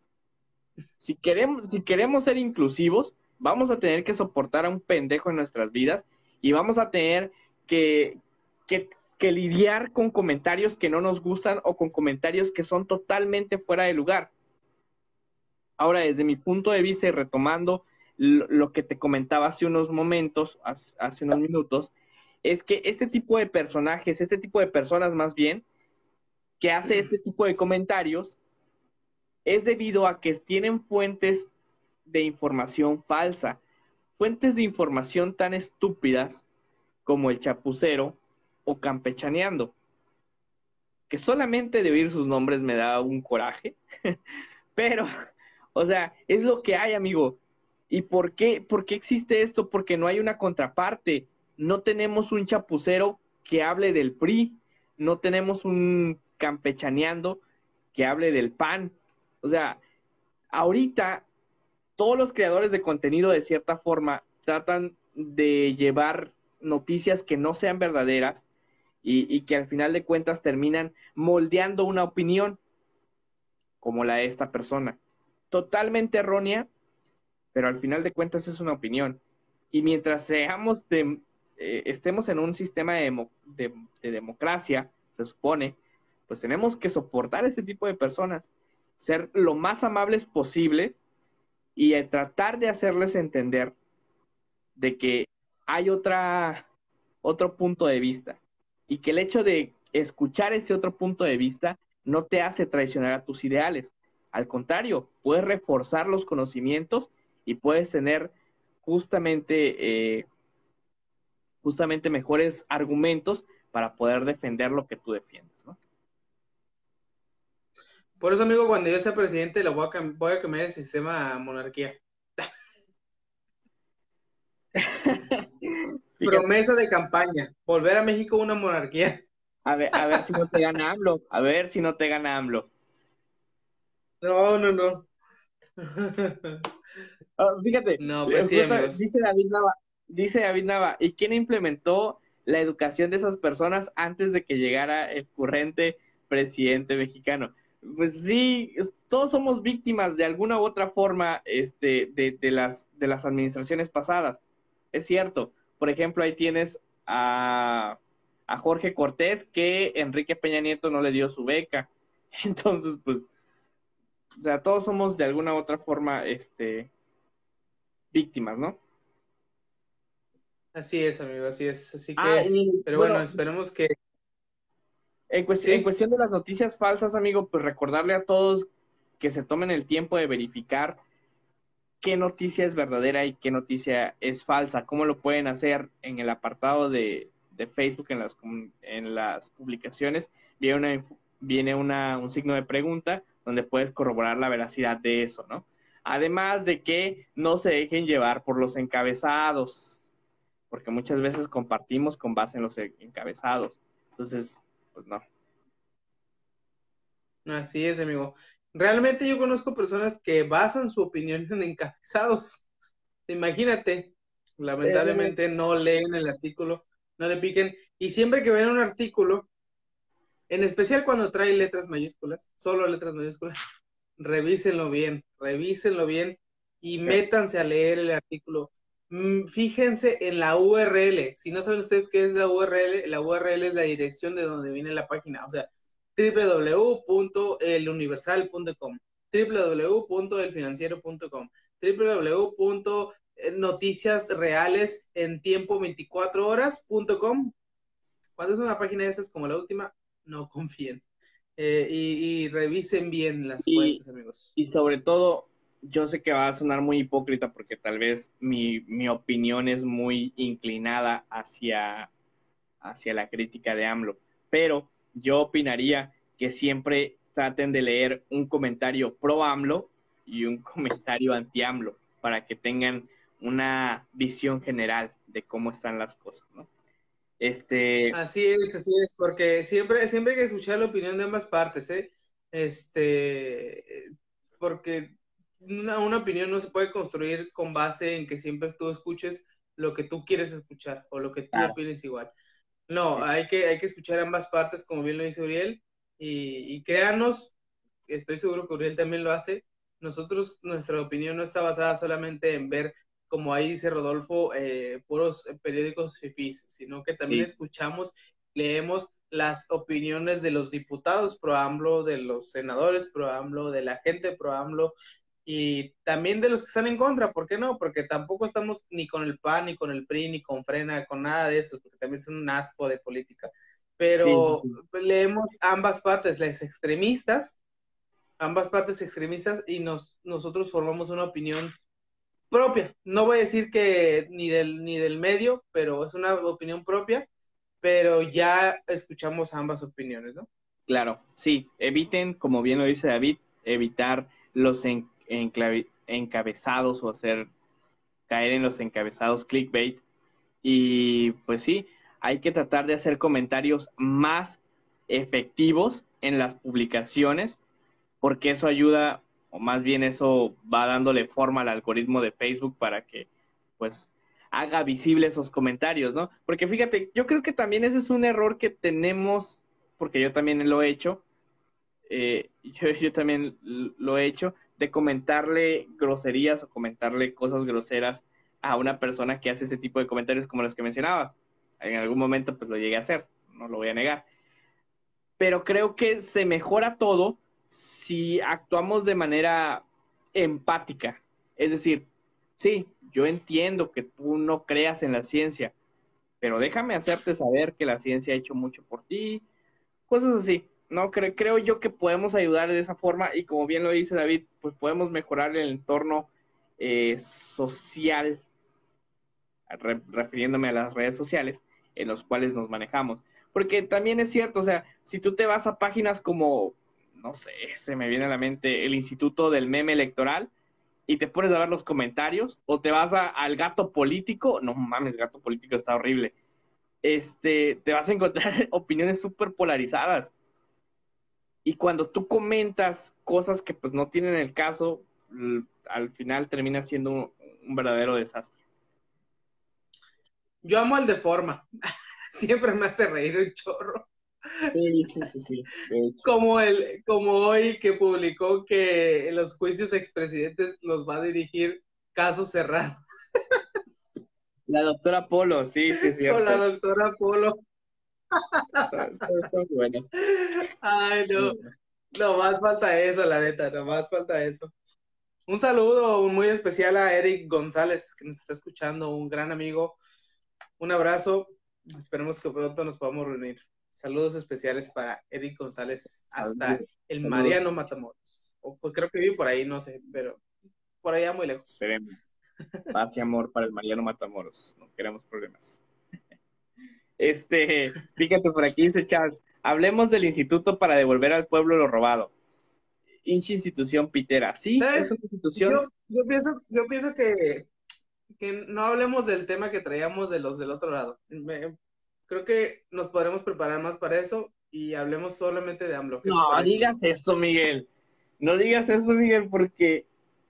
Si queremos ser inclusivos, vamos a tener que soportar a un pendejo en nuestras vidas y vamos a tener que, que, que lidiar con comentarios que no nos gustan o con comentarios que son totalmente fuera de lugar. Ahora, desde mi punto de vista y retomando lo que te comentaba hace unos momentos, hace unos minutos, es que este tipo de personajes, este tipo de personas más bien, que hace este tipo de comentarios, es debido a que tienen fuentes de información falsa, fuentes de información tan estúpidas como el chapucero o campechaneando, que solamente de oír sus nombres me da un coraje, pero, o sea, es lo que hay, amigo. ¿Y por qué existe esto? Porque no hay una contraparte. No tenemos un chapucero que hable del PRI, no tenemos un campechaneando que hable del PAN. O sea, ahorita todos los creadores de contenido de cierta forma tratan de llevar noticias que no sean verdaderas y que al final de cuentas terminan moldeando una opinión como la de esta persona. Totalmente errónea, pero al final de cuentas es una opinión. Y mientras estemos en un sistema de democracia, se supone, pues tenemos que soportar ese tipo de personas, ser lo más amables posible y tratar de hacerles entender de que hay otro punto de vista y que el hecho de escuchar ese otro punto de vista no te hace traicionar a tus ideales. Al contrario, puedes reforzar los conocimientos y puedes tener justamente, justamente mejores argumentos para poder defender lo que tú defiendes, ¿no? Por eso, amigo, cuando yo sea presidente, voy a cambiar el sistema a monarquía. Fíjate, Promesa de campaña, volver a México una monarquía. a ver si no te gana AMLO, a ver si no te gana AMLO. No, no, no. Fíjate, No, pues sí, amigos. dice David Nava, ¿y quién implementó la educación de esas personas antes de que llegara el currente presidente mexicano? Pues sí, todos somos víctimas de alguna u otra forma de las administraciones pasadas. Es cierto. Por ejemplo, ahí tienes a Jorge Cortés, que Enrique Peña Nieto no le dio su beca. Entonces, pues, o sea, todos somos de alguna u otra forma, víctimas, ¿no? Así es, amigo, así es. Así Ah, que, y pero bueno, bueno, esperemos que en sí. cuestión de las noticias falsas, amigo, pues recordarle a todos que se tomen el tiempo de verificar qué noticia es verdadera y qué noticia es falsa. ¿Cómo lo pueden hacer en el apartado de Facebook, en las publicaciones? Un signo de pregunta donde puedes corroborar la veracidad de eso, ¿no? Además de que no se dejen llevar por los encabezados, porque muchas veces compartimos con base en los encabezados. Entonces, pues no. Así es, amigo. Realmente yo conozco personas que basan su opinión en encabezados. Imagínate, Eh, lamentablemente no leen el artículo, no le piquen. Y siempre que ven un artículo, en especial cuando trae letras mayúsculas, solo letras mayúsculas, revísenlo bien y métanse a leer el artículo. Fíjense en la URL. Si no saben ustedes qué es la URL es la dirección de donde viene la página. O sea, www.eluniversal.com, www.elfinanciero.com, www.noticiasrealesentiempo24horas.com. Cuando es una página de esas como la última, no confíen. Y revisen bien las y, fuentes, amigos. y sobre todo, yo sé que va a sonar muy hipócrita porque tal vez mi opinión es muy inclinada hacia la crítica de AMLO, pero yo opinaría que siempre traten de leer un comentario pro AMLO y un comentario anti AMLO para que tengan una visión general de cómo están las cosas, ¿no? Así es, porque siempre hay que escuchar la opinión de ambas partes, ¿eh? Porque una opinión no se puede construir con base en que siempre tú escuches lo que tú quieres escuchar o lo que tú Claro. opines igual. No, Sí, hay que escuchar ambas partes, como bien lo dice Uriel, y créanos, estoy seguro que Uriel también lo hace. Nosotros, nuestra opinión no está basada solamente en ver, como ahí dice Rodolfo, puros periódicos fifís, sino que también sí, escuchamos, leemos las opiniones de los diputados pro AMLO, de los senadores pro AMLO, de la gente pro AMLO, y también de los que están en contra. ¿Por qué no? Porque tampoco estamos ni con el PAN, ni con el PRI, ni con Frena, con nada de eso, porque también es un asco de política. sí, Pero sí. leemos ambas partes extremistas, y nosotros formamos una opinión propia. No voy a decir que ni del medio, pero es una opinión propia, pero ya escuchamos ambas opiniones, ¿no? Claro, sí, eviten, como bien lo dice David, evitar los encabezados o hacer caer en los encabezados clickbait. Y pues sí, hay que tratar de hacer comentarios más efectivos en las publicaciones, porque eso ayuda, o más bien eso va dándole forma al algoritmo de Facebook para que pues haga visibles esos comentarios, ¿no? Porque fíjate, yo creo que también ese es un error que tenemos, porque yo también lo he hecho, yo también lo he hecho, de comentarle groserías o comentarle cosas groseras a una persona que hace ese tipo de comentarios como los que mencionabas. En algún momento pues lo llegué a hacer, no lo voy a negar. Pero creo que se mejora todo si actuamos de manera empática. Es decir, sí, yo entiendo que tú no creas en la ciencia, pero déjame hacerte saber que la ciencia ha hecho mucho por ti, cosas así. No creo yo que podemos ayudar de esa forma y como bien lo dice David, pues podemos mejorar el entorno social, refiriéndome a las redes sociales en los cuales nos manejamos. Porque también es cierto, o sea, si tú te vas a páginas como, no sé, se me viene a la mente el Instituto del Meme Electoral y te pones a ver los comentarios, o te vas al Gato Político, no mames, Gato Político está horrible. Te vas a encontrar opiniones súper polarizadas. Y cuando tú comentas cosas que pues no tienen el caso, al final termina siendo un verdadero desastre. Yo amo al de forma, siempre me hace reír un chorro. Sí, sí, sí, sí, de hecho. Como hoy que publicó que en los juicios expresidentes los va a dirigir Caso Cerrado La doctora Polo, sí, sí, es con la cierto. doctora Polo. Está bueno. Ay, no, no más falta eso, la neta, no más falta eso. Un saludo muy especial a Eric González, que nos está escuchando, un gran amigo. Un abrazo, esperemos que pronto nos podamos reunir. Saludos especiales para Eric González hasta Saludos, el saludos. Mariano Matamoros. O pues creo que vive por ahí, no sé, pero por allá muy lejos. Esperemos. Paz y amor para el Mariano Matamoros. No queremos problemas. Fíjate por aquí dice Charles, hablemos del Instituto para devolver al pueblo lo robado. Institución pitera. Sí, es ¿Sabes? una institución. Yo pienso que no hablemos del tema que traíamos de los del otro lado. Creo que nos podremos preparar más para eso y hablemos solamente de AMLO. ¿Qué te No parece? digas eso, Miguel. No digas eso, Miguel, porque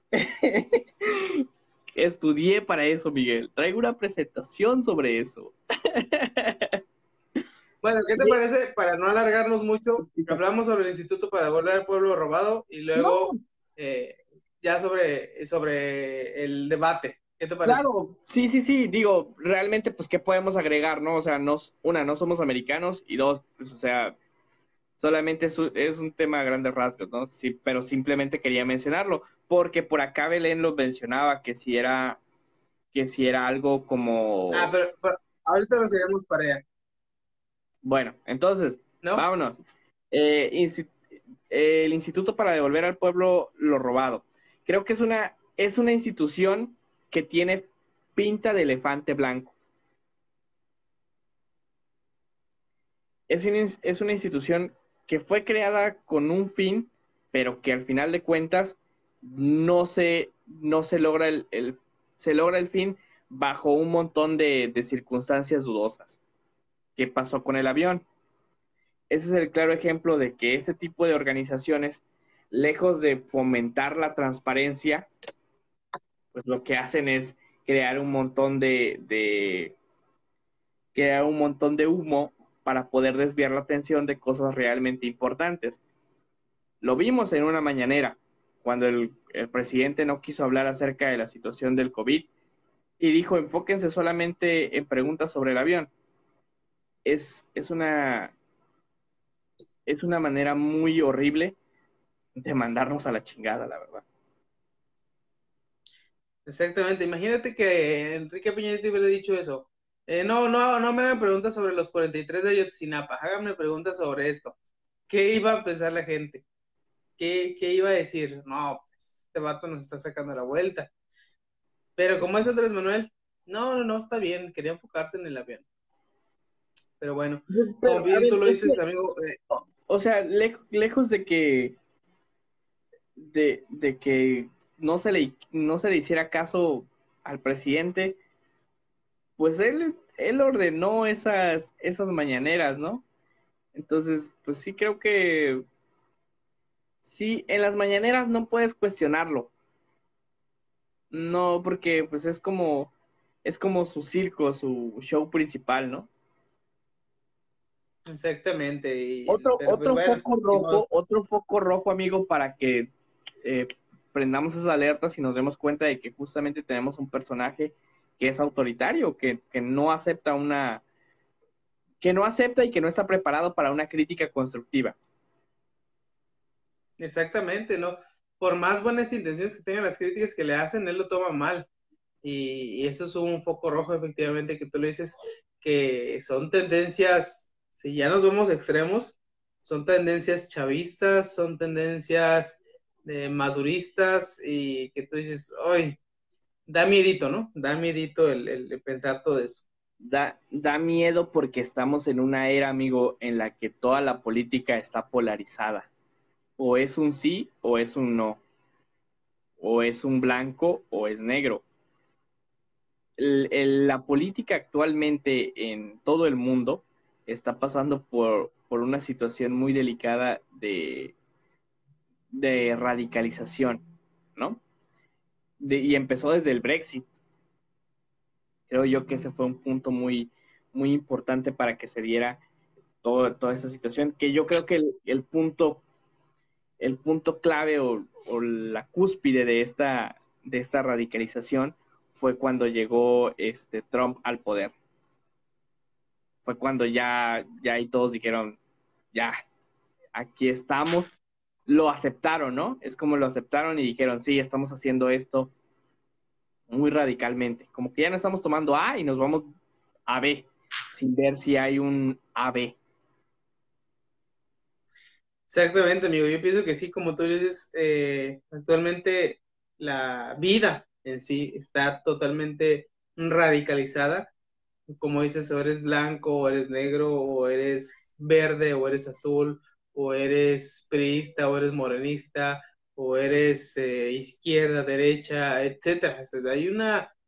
estudié para eso, Miguel. Traigo una presentación sobre eso. Bueno, ¿qué te parece? Para no alargarnos mucho, Fíjate. hablamos sobre el Instituto para devolver al pueblo robado y luego No, eh, ya sobre el debate. ¿Qué te parece? claro, sí, sí, sí. Digo, realmente, pues, ¿qué podemos agregar, no? O sea, no somos americanos y dos, pues, o sea, solamente es un tema a grandes rasgos, ¿no? Sí, pero simplemente quería mencionarlo, porque por acá Belén lo mencionaba, que si era algo Ah, como, pero ahorita nos iremos para allá, bueno, entonces, ¿no? vámonos. Eh, insti- el Instituto para devolver al pueblo lo robado. Creo que es una institución que tiene pinta de elefante blanco. es una institución que fue creada con un fin, pero que al final de cuentas no se logra se logra el fin bajo un montón de circunstancias dudosas. ¿Qué pasó con el avión? Ese es el claro ejemplo de que este tipo de organizaciones, lejos de fomentar la transparencia, pues lo que hacen es crear un montón crear un montón de humo para poder desviar la atención de cosas realmente importantes. Lo vimos en una mañanera, cuando el presidente no quiso hablar acerca de la situación del COVID y dijo, enfóquense solamente en preguntas sobre el avión. Es, es, una, es una manera muy horrible de mandarnos a la chingada, la verdad. Exactamente, imagínate que Enrique Peña Nieto hubiera dicho eso. No me hagan preguntas sobre los 43 de Ayotzinapa, háganme preguntas sobre esto. ¿Qué iba a pensar la gente? ¿Qué iba a decir? No, pues este vato nos está sacando la vuelta. Pero como es Andrés Manuel, no, está bien, quería enfocarse en el avión. Pero bueno, como Pero, a bien ver, tú lo dices, amigo, o sea, lejos de que no se le hiciera caso al presidente, pues él ordenó esas mañaneras, ¿no? Entonces, pues sí creo que sí, en las mañaneras no puedes cuestionarlo. No, porque pues es como su circo, su show principal, ¿no? exactamente, pero pues bueno, ni modo. Otro foco rojo, amigo, para que eh, prendamos esas alertas y nos demos cuenta de que justamente tenemos un personaje que es autoritario, que no acepta y que no está preparado para una crítica constructiva. Exactamente, ¿no? Por más buenas intenciones que tengan las críticas que le hacen, él lo toma mal. Y eso es un foco rojo, efectivamente, que tú le dices que son tendencias, si ya nos vamos a extremos, son tendencias chavistas, son tendencias maduristas y que tú dices, ¡ay! Da miedito, ¿no? Da miedito el pensar todo eso. Da miedo porque estamos en una era, amigo, en la que toda la política está polarizada. O es un sí o es un no. O es un blanco o es negro. La política actualmente en todo el mundo está pasando por una situación muy delicada de radicalización, ¿no? Y empezó desde el Brexit. Creo yo que ese fue un punto muy importante para que se diera toda esa situación, que yo creo que el punto clave o la cúspide de esta radicalización fue cuando llegó Trump al poder. Fue cuando ya ahí todos dijeron, ya, aquí estamos, lo aceptaron, ¿no? Es como lo aceptaron y dijeron, sí, estamos haciendo esto muy radicalmente. Como que ya no estamos tomando A y nos vamos a B, sin ver si hay un AB. Exactamente, amigo. Yo pienso que sí, como tú dices, actualmente la vida en sí está totalmente radicalizada. Como dices, o eres blanco, o eres negro, o eres verde, o eres azul, o eres priista, o eres morenista, o eres izquierda, derecha, etcétera. O sea, hay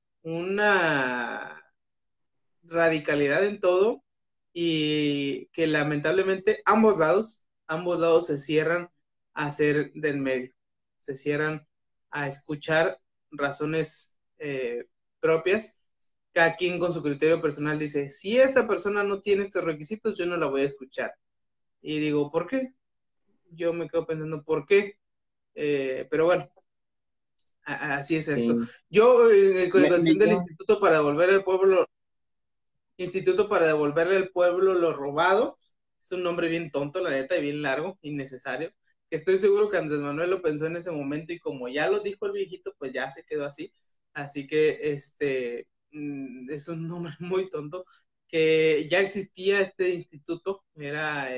una radicalidad en todo y que lamentablemente ambos lados se cierran a ser del medio, se cierran a escuchar razones propias. Cada quien con su criterio personal dice, si esta persona no tiene estos requisitos, yo no la voy a escuchar. Y digo, ¿por qué? Yo me quedo pensando, ¿por qué? Pero bueno, así es esto. Sí. Yo, en Me cuestión del llama- Instituto para devolverle al pueblo lo robado, es un nombre bien tonto, la neta, y bien largo, innecesario, que estoy seguro que Andrés Manuel lo pensó en ese momento y como ya lo dijo el viejito, pues ya se quedó así. Así que es un nombre muy tonto, que ya existía este instituto, era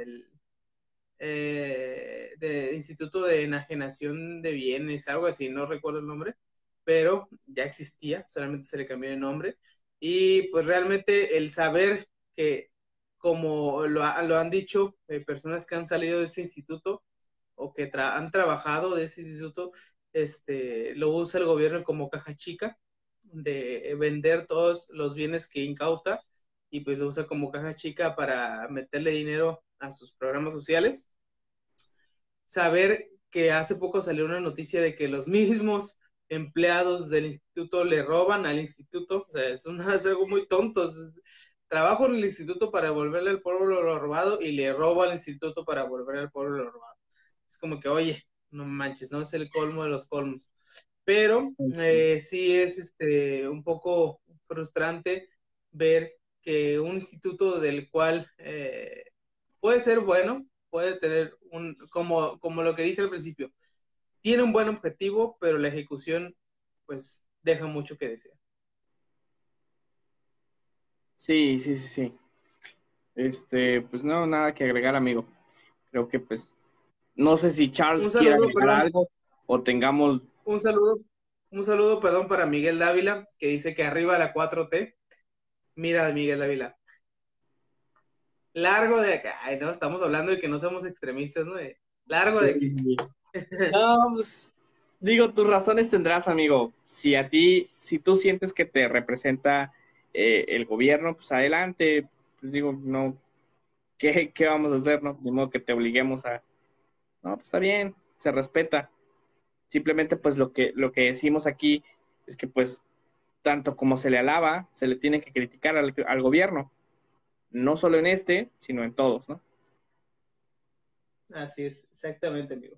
Instituto de Enajenación de Bienes, algo así, no recuerdo el nombre, pero ya existía, solamente se le cambió de nombre. Y pues realmente el saber que como lo han dicho personas que han salido de este instituto o que han trabajado de este instituto, lo usa el gobierno como caja chica de vender todos los bienes que incauta y pues lo usa como caja chica para meterle dinero a sus programas sociales. Saber que hace poco salió una noticia de que los mismos empleados del instituto le roban al instituto, o sea, es algo muy tonto. Trabajo en el instituto para devolverle al pueblo lo robado y le robo al instituto para devolverle al pueblo lo robado. Es como que, oye, no manches, no es el colmo de los colmos. Pero sí es un poco frustrante ver que un instituto del cual puede ser bueno, puede tener como lo que dije al principio, tiene un buen objetivo, pero la ejecución pues deja mucho que desear. Sí. Pues no, nada que agregar, amigo. Creo que pues, no sé si Charles quiere agregar algo o tengamos... Un saludo, perdón, para Miguel Dávila, que dice que arriba la 4T. Mira, Miguel Dávila. Largo de acá. Ay, no, estamos hablando de que no somos extremistas, ¿no? Largo de aquí. No, pues, digo, tus razones tendrás, amigo. Si tú sientes que te representa el gobierno, pues adelante. Pues digo, no, ¿qué vamos a hacer, no? De modo que te obliguemos a... No, pues está bien, se respeta. Simplemente, pues lo que decimos aquí es que, pues, tanto como se le alaba, se le tiene que criticar al gobierno. No solo en sino en todos, ¿no? Así es, exactamente, amigo.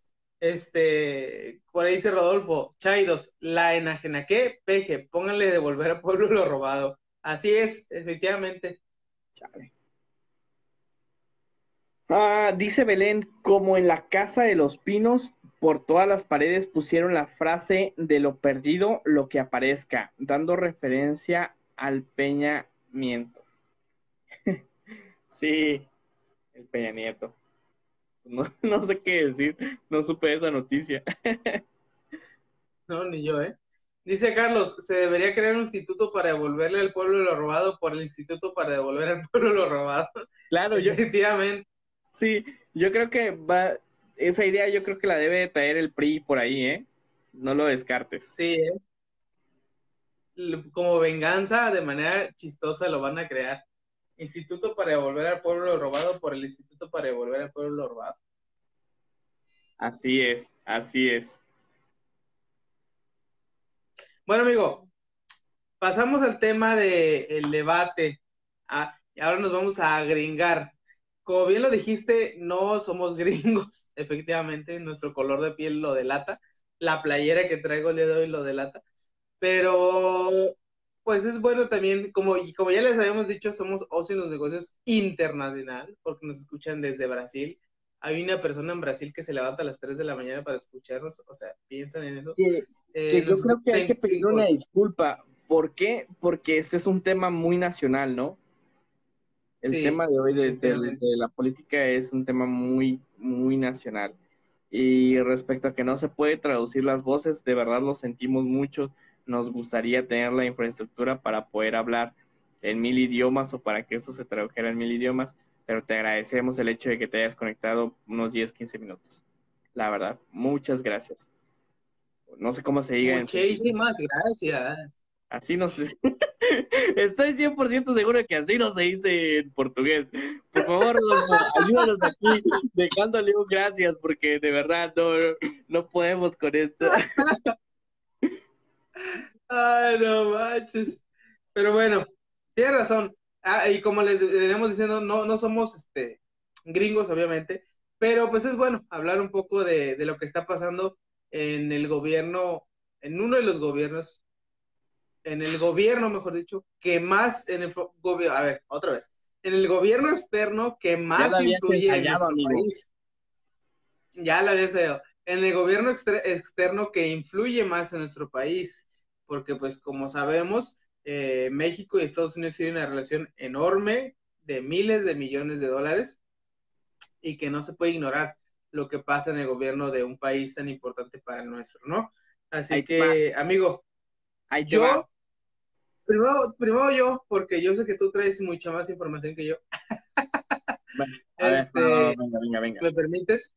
Por ahí dice Rodolfo, Chairos, la enajenaqué, peje, pónganle devolver al pueblo lo robado. Así es, efectivamente. Chale. Dice Belén, como en la casa de los pinos, por todas las paredes pusieron la frase de lo perdido, lo que aparezca, dando referencia al Peña Nieto. Sí, el Peña Nieto. No sé qué decir, no supe esa noticia. No, ni yo, ¿eh? Dice Carlos, se debería crear un instituto para devolverle al pueblo lo robado por el instituto para devolver al pueblo lo robado. Claro, efectivamente. Sí, yo creo que esa idea yo creo que la debe traer el PRI por ahí, ¿eh? No lo descartes. Sí, como venganza, de manera chistosa lo van a crear. Instituto para devolver al pueblo lo robado por el instituto para devolver al pueblo lo robado. Así es, así es. Bueno, amigo, pasamos al tema del debate. Y ahora nos vamos a gringar. Como bien lo dijiste, no somos gringos, efectivamente, nuestro color de piel lo delata, la playera que traigo el día de hoy lo delata, pero pues es bueno también, como ya les habíamos dicho, somos Ocio en los Negocios Internacional, porque nos escuchan desde Brasil. Hay una persona en Brasil que se levanta a las 3 de la mañana para escucharnos, o sea, piensan en eso. Que yo creo que hay que pedir una disculpa. ¿Por qué? Porque este es un tema muy nacional, ¿no? El tema de hoy de la política es un tema muy, muy nacional. Y respecto a que no se puede traducir las voces, de verdad lo sentimos mucho. Nos gustaría tener la infraestructura para poder hablar en 1000 idiomas o para que esto se tradujera en 1000 idiomas, pero te agradecemos el hecho de que te hayas conectado unos 10, 15 minutos. La verdad, muchas gracias. No sé cómo se diga. Muchísimas gracias. Así no sé. Estoy 100% seguro de que así no se dice en portugués. Por favor, Rodolfo, ayúdanos aquí dejándole un gracias, porque de verdad no podemos con esto. Ay, no manches. Pero bueno, tienes razón. Y como les venimos diciendo, no somos gringos, obviamente, pero pues es bueno hablar un poco de lo que está pasando en el gobierno, en uno de los gobiernos, en el gobierno, mejor dicho, que más en el gobierno, a ver, otra vez, en el gobierno externo que más influye en nuestro país. Ya lo había ensayado. En el gobierno externo que influye más en nuestro país, porque pues como sabemos, México y Estados Unidos tienen una relación enorme de miles de millones de dólares y que no se puede ignorar lo que pasa en el gobierno de un país tan importante para el nuestro, ¿no? Así que, amigo, primero yo, porque yo sé que tú traes mucha más información que yo. Bueno, a ver, venga, venga, venga. ¿Me permites?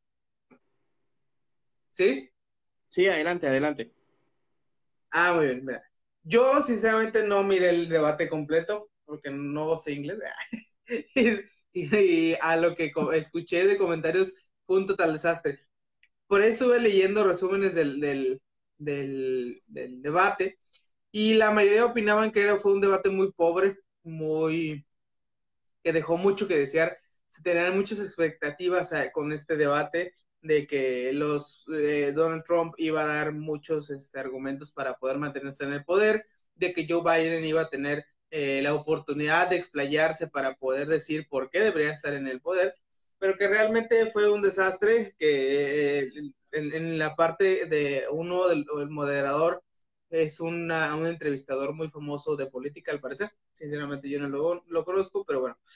¿Sí? Sí, adelante, adelante. Muy bien, mira. Yo sinceramente no miré el debate completo, porque no sé inglés. Y a lo que escuché de comentarios fue un total desastre. Por ahí estuve leyendo resúmenes del debate y la mayoría opinaban que fue un debate muy pobre, que dejó mucho que desear. Se tenían muchas expectativas con este debate de que Donald Trump iba a dar muchos argumentos para poder mantenerse en el poder, de que Joe Biden iba a tener la oportunidad de explayarse para poder decir por qué debería estar en el poder, pero que realmente fue un desastre, que en la parte de el moderador es un entrevistador muy famoso de política, al parecer. Sinceramente, yo no lo conozco, pero bueno.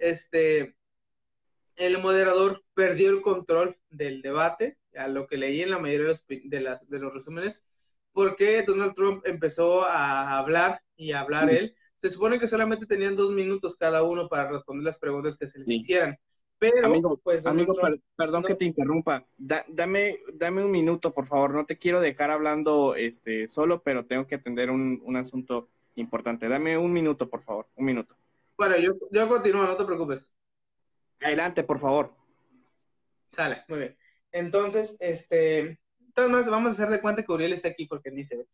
El moderador perdió el control del debate, a lo que leí en la mayoría de los resúmenes, porque Donald Trump empezó a hablar y a hablar él. Se supone que solamente tenían 2 minutos cada uno para responder las preguntas que se les Sí. hicieran. Pero, pues Donald Trump. Perdón No, que te interrumpa. Dame un minuto, por favor. No te quiero dejar hablando solo, pero tengo que atender un asunto importante. Dame un minuto, por favor. Un minuto. bueno, yo continúo, no te preocupes. Adelante, por favor. Sale, muy bien. Entonces, entonces vamos a hacer de cuenta que Uriel está aquí porque ni se ve.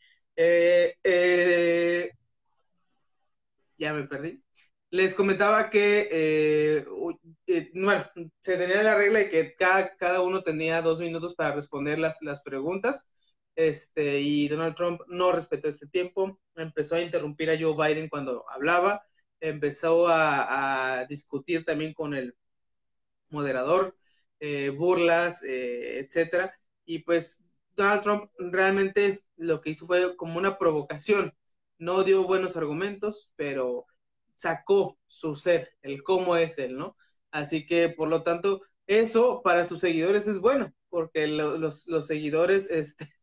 Ya me perdí. Les comentaba que, bueno, se tenía la regla de que cada uno tenía 2 minutos para responder las preguntas, y Donald Trump no respetó este tiempo, empezó a interrumpir a Joe Biden cuando hablaba, empezó a discutir también con el moderador, burlas, etcétera, y pues Donald Trump realmente lo que hizo fue como una provocación, no dio buenos argumentos, pero sacó su ser, el cómo es él, ¿no? Así que, por lo tanto, eso para sus seguidores es bueno, porque los seguidores,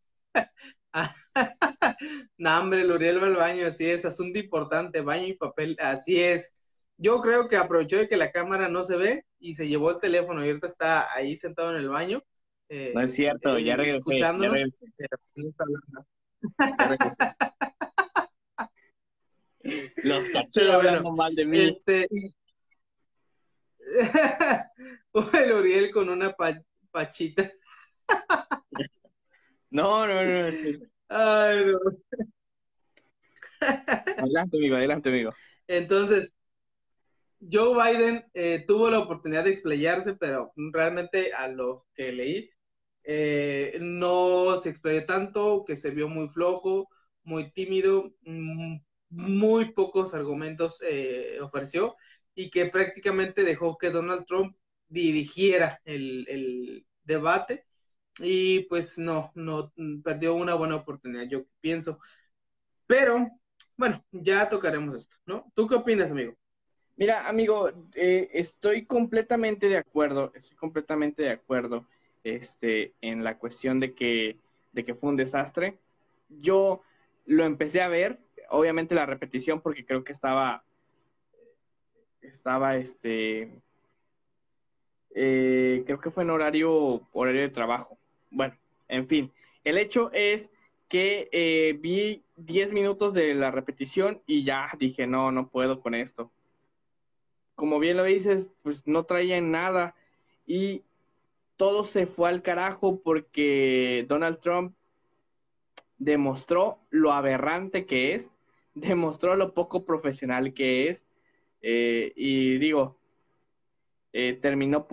no, hombre, L'Uriel va al baño, así es, asunto importante, baño y papel, así es. Yo creo que aprovechó de que la cámara no se ve y se llevó el teléfono y ahorita está ahí sentado en el baño, No es cierto, ya regresé, ya escuchándonos. regresé, ya regresé. Los caché Pero bueno, hablando mal de mí. el Uriel con una pachita. No, no, no. Sí. Ay, no. Adelante, amigo, adelante, amigo. Entonces, Joe Biden tuvo la oportunidad de explayarse, pero realmente a lo que leí, no se explayó tanto, que se vio muy flojo, muy tímido, muy pocos argumentos ofreció y que prácticamente dejó que Donald Trump dirigiera el debate y pues no, perdió una buena oportunidad, yo pienso. Pero, bueno, ya tocaremos esto, ¿no? ¿Tú qué opinas, amigo? Mira, amigo, estoy completamente de acuerdo, en la cuestión de que fue un desastre. Yo lo empecé a ver, obviamente la repetición, porque creo que creo que fue en horario de trabajo. Bueno, en fin, el hecho es que vi 10 minutos de la repetición y ya dije, no, no puedo con esto. Como bien lo dices, pues no traían nada y todo se fue al carajo porque Donald Trump demostró lo aberrante que es, demostró lo poco profesional que es, y digo, terminó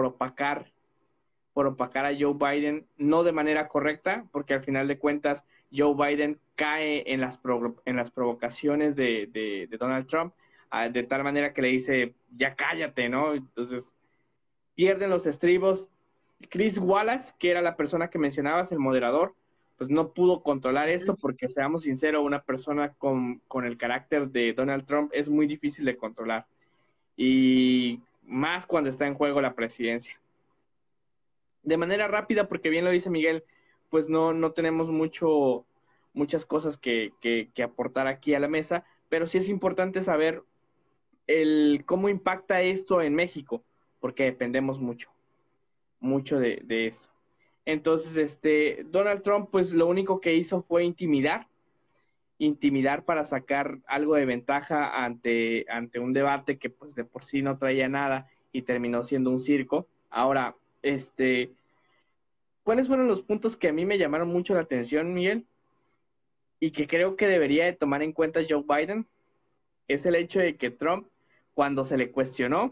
por opacar a Joe Biden, no de manera correcta, porque al final de cuentas Joe Biden cae en en las provocaciones de Donald Trump, de tal manera que le dice, ya cállate, ¿no? Entonces pierden los estribos. Chris Wallace, que era la persona que mencionabas, el moderador, pues no pudo controlar esto porque, seamos sinceros, una persona con el carácter de Donald Trump es muy difícil de controlar. Y más cuando está en juego la presidencia. De manera rápida, porque bien lo dice Miguel, pues no tenemos muchas cosas que aportar aquí a la mesa, pero sí es importante saber cómo impacta esto en México, porque dependemos mucho de eso. Entonces, Donald Trump, pues lo único que hizo fue intimidar para sacar algo de ventaja ante un debate que pues de por sí no traía nada y terminó siendo un circo. Ahora, ¿cuáles fueron los puntos que a mí me llamaron mucho la atención, Miguel? Y que creo que debería de tomar en cuenta Joe Biden, es el hecho de que Trump, cuando se le cuestionó,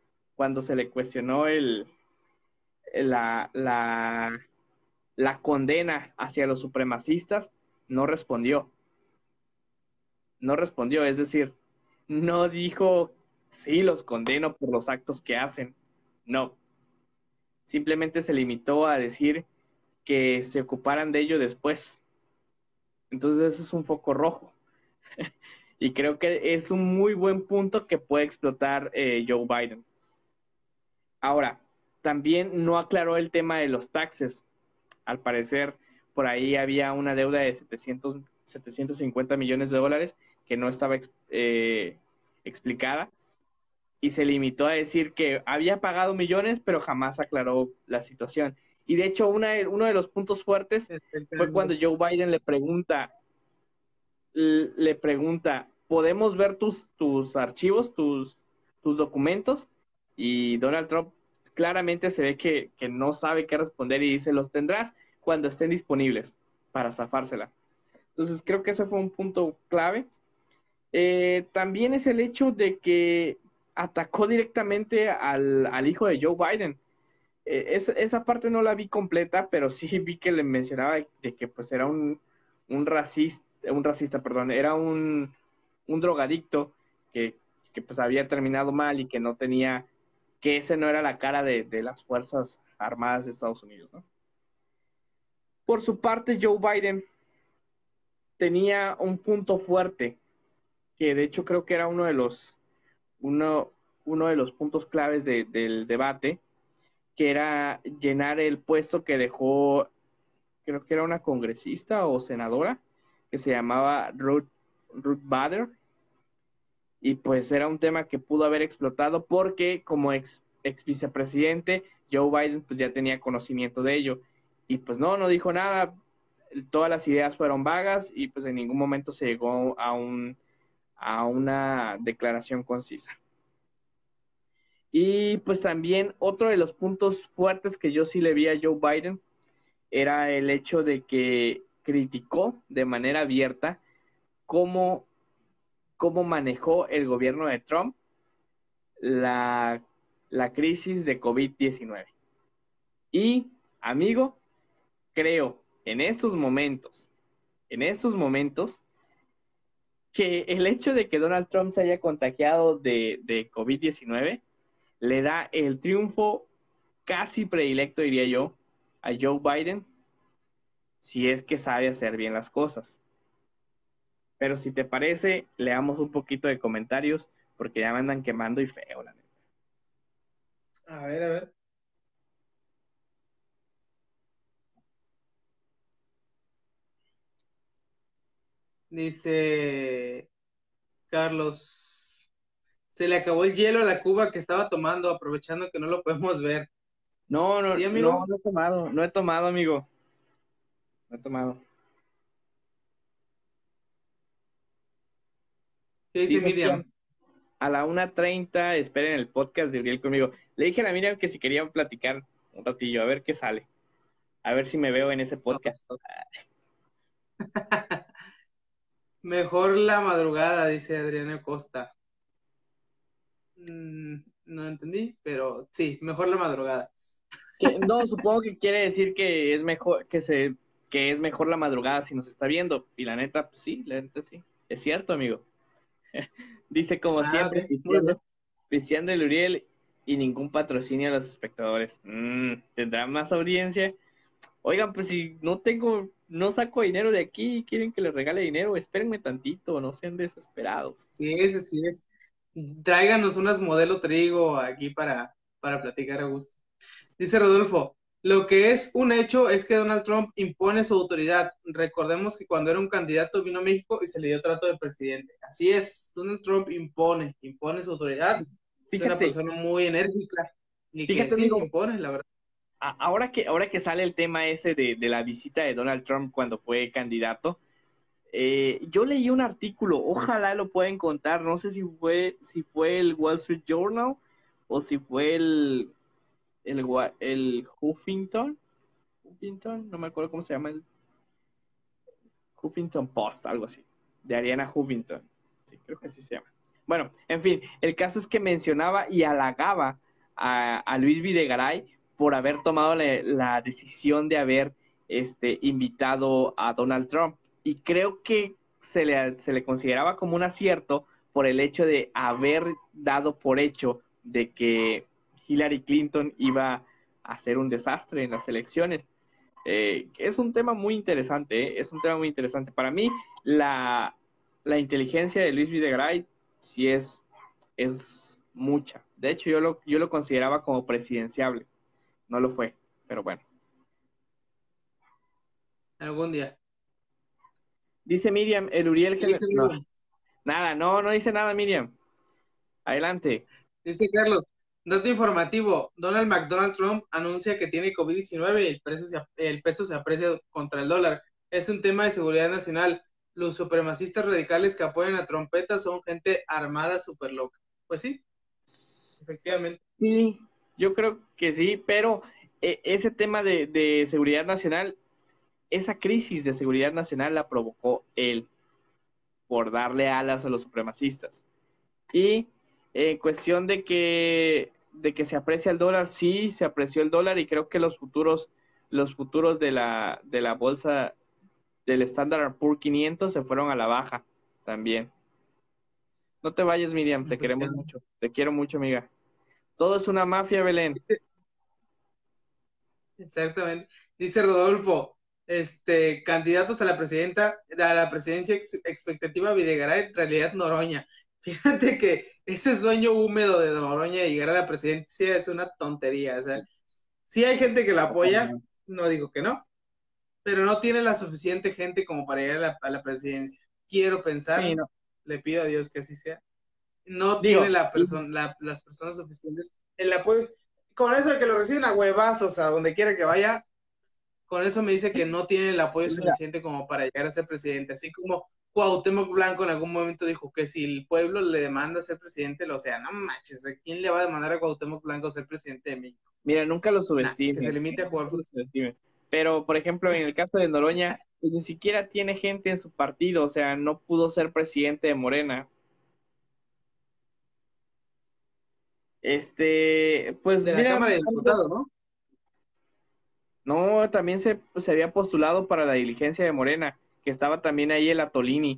la, la, la condena hacia los supremacistas, no respondió. No respondió, es decir, no dijo, sí, los condeno por los actos que hacen. No, simplemente se limitó a decir que se ocuparan de ello después. Entonces eso es un foco rojo. Y creo que es un muy buen punto que puede explotar Joe Biden. Ahora, también no aclaró el tema de los taxes. Al parecer, por ahí había una deuda de 750 millones de dólares que no estaba explicada y se limitó a decir que había pagado millones, pero jamás aclaró la situación. Y de hecho, uno de los puntos fuertes fue cuando Joe Biden le pregunta, ¿podemos ver tus archivos, tus documentos? Y Donald Trump claramente se ve que no sabe qué responder y dice, los tendrás cuando estén disponibles para zafársela. Entonces creo que ese fue un punto clave. También es el hecho de que atacó directamente al hijo de Joe Biden. Esa parte no la vi completa, pero sí vi que le mencionaba de que pues era un racista, perdón, era un drogadicto que pues había terminado mal y que no tenía, que ese no era la cara de las Fuerzas Armadas de Estados Unidos, ¿no? Por su parte, Joe Biden tenía un punto fuerte, que de hecho creo que era uno, uno de los puntos claves del debate, que era llenar el puesto que dejó, creo que era una congresista o senadora, que se llamaba Ruth Bader, y pues era un tema que pudo haber explotado porque como ex vicepresidente, Joe Biden pues ya tenía conocimiento de ello, y pues no dijo nada, todas las ideas fueron vagas y pues en ningún momento se llegó a una declaración concisa. Y pues también otro de los puntos fuertes que yo sí le vi a Joe Biden era el hecho de que criticó de manera abierta cómo, cómo manejó el gobierno de Trump la crisis de COVID-19. Y, amigo, creo en estos momentos, que el hecho de que Donald Trump se haya contagiado de COVID-19 le da el triunfo casi predilecto, diría yo, a Joe Biden si es que sabe hacer bien las cosas. Pero si te parece, leamos un poquito de comentarios porque ya me andan quemando y feo, la neta. A ver, a ver. Dice Carlos, se le acabó el hielo a la cuba que estaba tomando, aprovechando que no lo podemos ver. ¿Sí, amigo? No he tomado, amigo. No he tomado. ¿Qué dice Dice Miriam? a la 1:30 esperen el podcast de Uriel conmigo. Le dije a la Miriam que si quería platicar un ratillo, a ver qué sale. A ver si me veo en ese podcast. Mejor la madrugada, dice Adriana Costa. No entendí, pero sí, mejor la madrugada. No, supongo que quiere decir que es mejor que es mejor la madrugada si nos está viendo. Y la neta, pues sí, la neta sí. Es cierto, amigo. Dice como Ah, siempre, ok, muy bien. pisteando el Uriel y ningún patrocinio a los espectadores. ¿Tendrá más audiencia? Oigan, pues si no saco dinero de aquí y quieren que les regale dinero, espérenme tantito, no sean desesperados. Sí, ese sí es. Tráiganos unas modelo trigo aquí para platicar a gusto. Dice Rodolfo, Lo que es un hecho es que Donald Trump impone su autoridad. Recordemos que cuando era un candidato vino a México y se le dio trato de presidente. Así es, Donald Trump impone su autoridad. Es una Fíjate, persona muy enérgica y que fíjate, sí, amigo, impone, la verdad. ahora que sale el tema ese de la visita de Donald Trump cuando fue candidato, yo leí un artículo, ojalá lo pueda encontrar, no sé si fue el Wall Street Journal o si fue el Huffington, no me acuerdo cómo se llama, el Huffington Post, algo así, de Ariana Huffington, sí, creo que así se llama. Bueno, en fin, el caso es que mencionaba y halagaba a Luis Videgaray por haber tomado la decisión de haber invitado a Donald Trump. Y creo que se le consideraba como un acierto por el hecho de haber dado por hecho de que Hillary Clinton iba a ser un desastre en las elecciones. Es un tema muy interesante, ¿eh? Es un tema muy interesante. Para mí, la inteligencia de Luis Videgaray sí es mucha. De hecho, yo lo consideraba como presidenciable. No lo fue, pero bueno. Algún día. Dice Miriam, el Uriel... ¿Qué dice No, Miriam? nada, no dice nada Miriam. Adelante. Dice Carlos, dato informativo, Donald Trump anuncia que tiene COVID-19 y el peso se aprecia contra el dólar. Es un tema de seguridad nacional. Los supremacistas radicales que apoyan a Trompeta son gente armada súper loca. Pues sí, efectivamente. Sí, yo creo que sí, pero ese tema de seguridad nacional, esa crisis de seguridad nacional la provocó él por darle alas a los supremacistas. Y en cuestión de que se aprecia el dólar, sí, se apreció el dólar y creo que los futuros de la bolsa del Standard Poor's 500 se fueron a la baja también. No te vayas, Miriam, te queremos Efectivamente. mucho. Te quiero mucho, amiga. Todo es una mafia, Belén. Exactamente. Dice Rodolfo, candidatos a la presidencia expectativa Videgaray, en realidad Noroña. Fíjate que ese sueño húmedo de Noroña de llegar a la presidencia es una tontería. O sea, sí hay gente que la apoya, no digo que no, pero no tiene la suficiente gente como para llegar a la presidencia. Quiero Sí, pensar, no. le pido a Dios que así sea. No tiene Digo, las personas suficientes. El apoyo, con eso de que lo reciben a huevazos a donde quiera que vaya, con eso me dice que no tiene el apoyo mira, suficiente como para llegar a ser presidente. Así como Cuauhtémoc Blanco en algún momento dijo que si el pueblo le demanda ser presidente, o sea, no manches, ¿a quién le va a demandar a Cuauhtémoc Blanco ser presidente de México? mira, nunca lo Nah, que se subestimes. limite a jugar Nunca lo fútbol. subestimes. Pero, por ejemplo, en el caso de Noroña, pues ni siquiera tiene gente en su partido, o sea, no pudo ser presidente de Morena. Pues De la mira, Cámara de Diputados, ¿no? no, también se había postulado para la diligencia de Morena, que estaba también ahí el Atolini.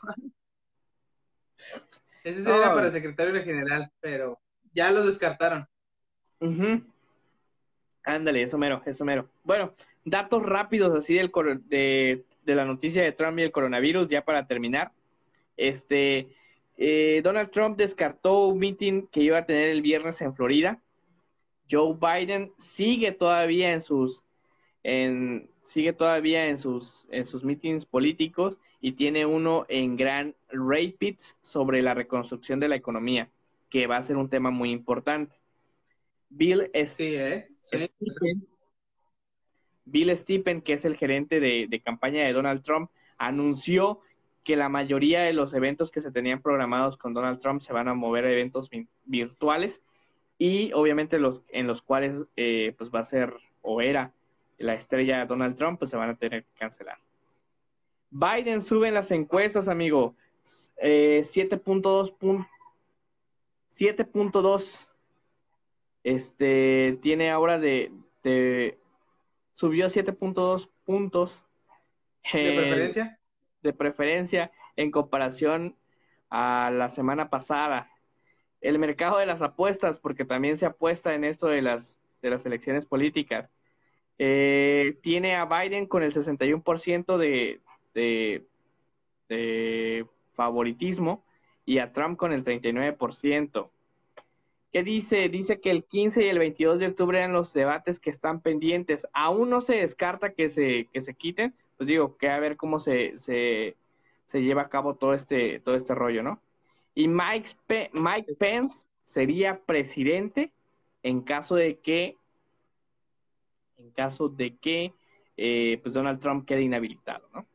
Ese sí era No, para secretario general, pero ya lo descartaron. ujú, ándale, eso mero, eso mero. Bueno, datos rápidos así de la noticia de Trump y el coronavirus, ya para terminar. Este, Donald Trump descartó un meeting que iba a tener el viernes en Florida. Joe Biden sigue todavía en sus meetings políticos y tiene uno en Grand Rapids sobre la reconstrucción de la economía, que va a ser un tema muy importante. Bill Sí, ¿eh? Suena interesante. Stephen, Bill Stephen, que es el gerente de campaña de Donald Trump, anunció que la mayoría de los eventos que se tenían programados con Donald Trump se van a mover a eventos virtuales y obviamente en los cuales pues va a ser o era la estrella Donald Trump, pues se van a tener que cancelar. Biden sube en las encuestas, amigo. 7.2 7.2 tiene ahora subió 7.2 puntos ¿De eh, preferencia? de preferencia en comparación a la semana pasada. El mercado de las apuestas, porque también se apuesta en esto de las elecciones políticas, tiene a Biden con el 61% de, de favoritismo y a Trump con el 39%. ¿Qué dice? Dice que el 15 y el 22 de octubre eran los debates que están pendientes. Aún no se descarta que se quiten. Pues digo, que a ver cómo se lleva a cabo todo este rollo, ¿no? Y Mike Pence sería presidente en caso de que, pues Donald Trump quede inhabilitado, ¿no?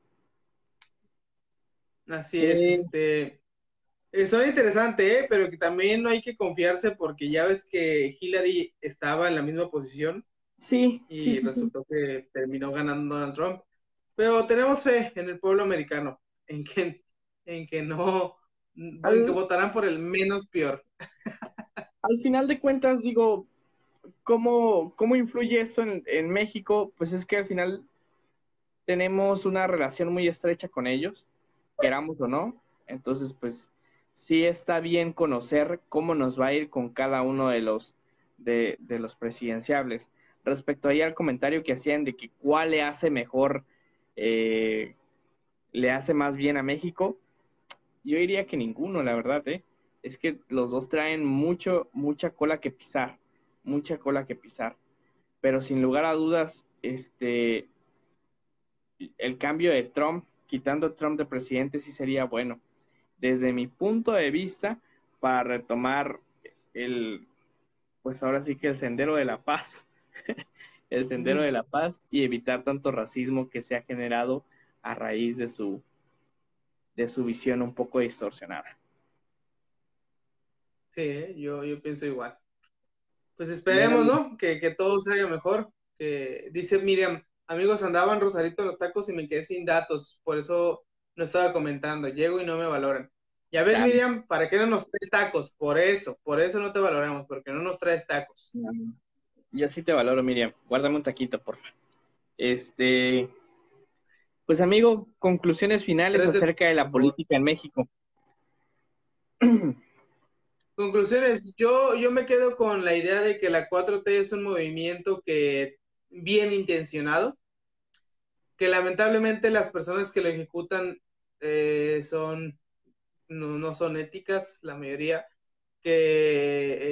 Así es, suena interesante, pero que también no hay que confiarse porque ya ves que Hillary estaba en la misma posición Sí, y resultó que terminó ganando Donald Trump. Pero tenemos fe en el pueblo americano, en que no, en que votarán por el menos peor. Al final de cuentas, digo, ¿cómo influye esto en México? Pues es que al final tenemos una relación muy estrecha con ellos, queramos o no. Entonces, pues sí está bien conocer cómo nos va a ir con cada uno de los presidenciables. Respecto ahí al comentario que hacían de que cuál le hace mejor, le hace más bien a México, yo diría que ninguno, la verdad, ¿eh? Es que los dos traen mucha cola que pisar, mucha cola que pisar. Pero sin lugar a dudas, el cambio de Trump, quitando a Trump de presidente, sí sería bueno. Desde mi punto de vista, para retomar pues ahora sí que el sendero de la paz, el sendero de la paz y evitar tanto racismo que se ha generado a raíz de su visión un poco distorsionada. Sí, yo pienso igual. Pues esperemos, ¿no? Que todo salga mejor. Que dice Miriam, amigos, andaban Rosarito en los tacos y me quedé sin datos, por eso no estaba comentando. Llego y no me valoran. Ya ves, Miriam, ¿para qué no nos traes tacos? Por eso no te valoramos, porque no nos traes tacos. Yo sí te valoro, Miriam. Guárdame un taquito, porfa. Pues amigo, conclusiones finales acerca de la política en México. Conclusiones, yo me quedo con la idea de que la 4T es un movimiento que bien intencionado, que lamentablemente las personas que lo ejecutan no son éticas, la mayoría, que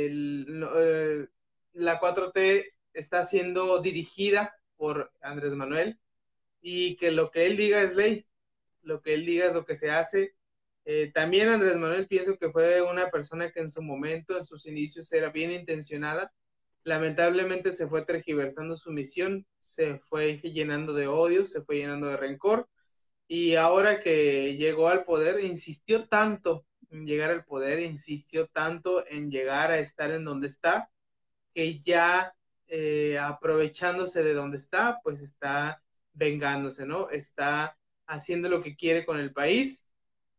la 4T está siendo dirigida por Andrés Manuel y que lo que él diga es ley, lo que él diga es lo que se hace. También Andrés Manuel pienso que fue una persona que en su momento, en sus inicios, era bien intencionada. Lamentablemente se fue tergiversando su misión, se fue llenando de odio, se fue llenando de rencor y ahora que llegó al poder, insistió tanto en llegar al poder, insistió tanto en llegar a estar en donde está, que ya aprovechándose de donde está, pues está vengándose, ¿no? Está haciendo lo que quiere con el país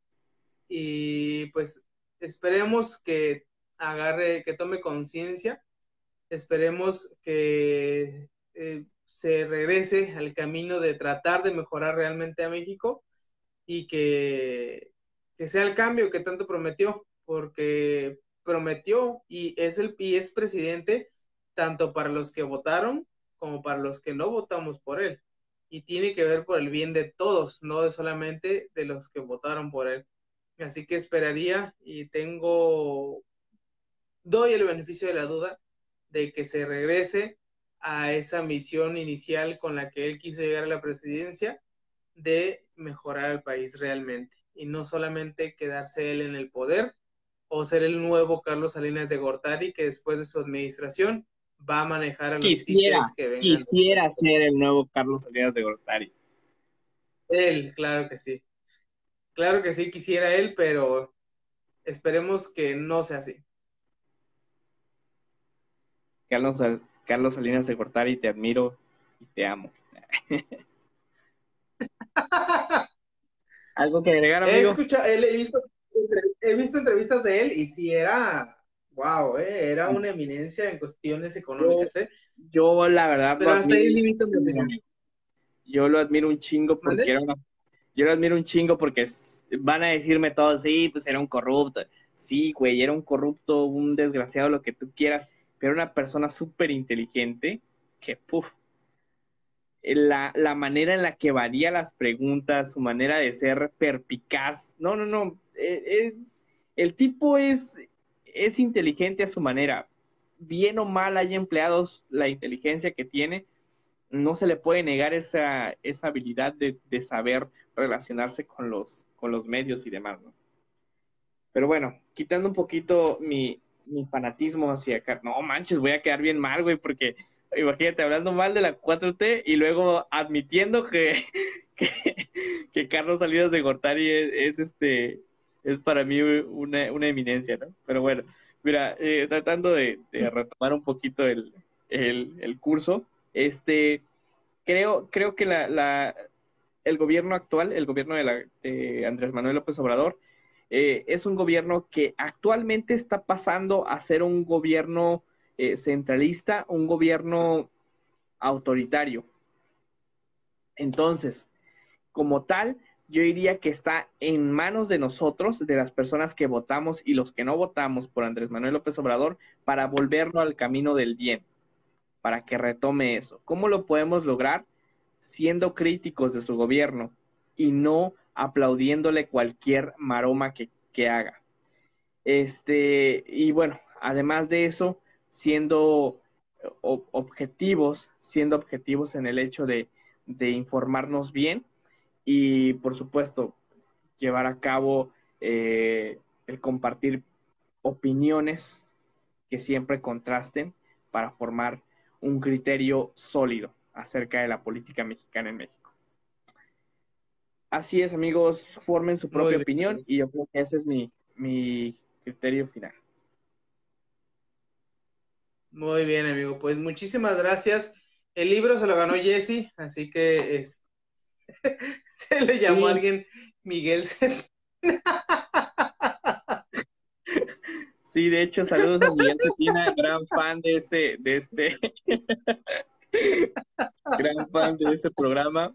y pues esperemos que que tome conciencia, esperemos que se regrese al camino de tratar de mejorar realmente a México y que sea el cambio que tanto prometió, porque prometió y es presidente tanto para los que votaron como para los que no votamos por él. Y tiene que ver por el bien de todos, no de solamente de los que votaron por él. Así que esperaría y doy el beneficio de la duda de que se regrese a esa misión inicial con la que él quiso llegar a la presidencia de mejorar al país realmente y no solamente quedarse él en el poder o ser el nuevo Carlos Salinas de Gortari que después de su administración va a manejar a los títeres que vengan. Quisiera ser el nuevo Carlos Salinas de Gortari. Él, claro que sí quisiera él, pero esperemos que no sea así. Carlos Salinas de Gortari, te admiro y te amo. ¿Algo que agregar, amigo? He visto entrevistas de él y sí era una eminencia en cuestiones económicas, Yo la verdad pero hasta ahí limito mi opinión. Yo lo admiro un chingo porque yo lo admiro un chingo porque van a decirme todos, sí, pues era un corrupto. Sí, güey, era un corrupto, un desgraciado, lo que tú quieras, pero una persona súper inteligente que, puf, la manera en la que evadía las preguntas, su manera de ser perpicaz. No. El tipo es es inteligente a su manera. Bien o mal haya empleado la inteligencia que tiene, no se le puede negar esa habilidad de saber relacionarse con los medios y demás, ¿no? Pero bueno, quitando un poquito mi fanatismo hacia acá, no manches, voy a quedar bien mal, güey, porque imagínate, hablando mal de la 4T y luego admitiendo que, que Carlos Salinas de Gortari es para mí una eminencia, ¿no? Pero bueno, mira, tratando de retomar un poquito el curso, creo que el gobierno actual, el gobierno de Andrés Manuel López Obrador, es un gobierno que actualmente está pasando a ser un gobierno centralista, un gobierno autoritario. Entonces, como tal, yo diría que está en manos de nosotros, de las personas que votamos y los que no votamos por Andrés Manuel López Obrador, para volverlo al camino del bien, para que retome eso. ¿Cómo lo podemos lograr? Siendo críticos de su gobierno y no aplaudiéndole cualquier maroma que haga. Y bueno, además de eso, siendo objetivos en el hecho de informarnos bien y, por supuesto, llevar a cabo el compartir opiniones que siempre contrasten para formar un criterio sólido acerca de la política mexicana en México. Así es, amigos, formen su propia opinión y yo creo que ese es mi criterio final. Muy bien, amigo. Pues muchísimas gracias. El libro se lo ganó Jesse, así que se le llamó a alguien Miguel. Sí, de hecho, saludos a Miguel Cetina, gran fan de gran fan de ese programa.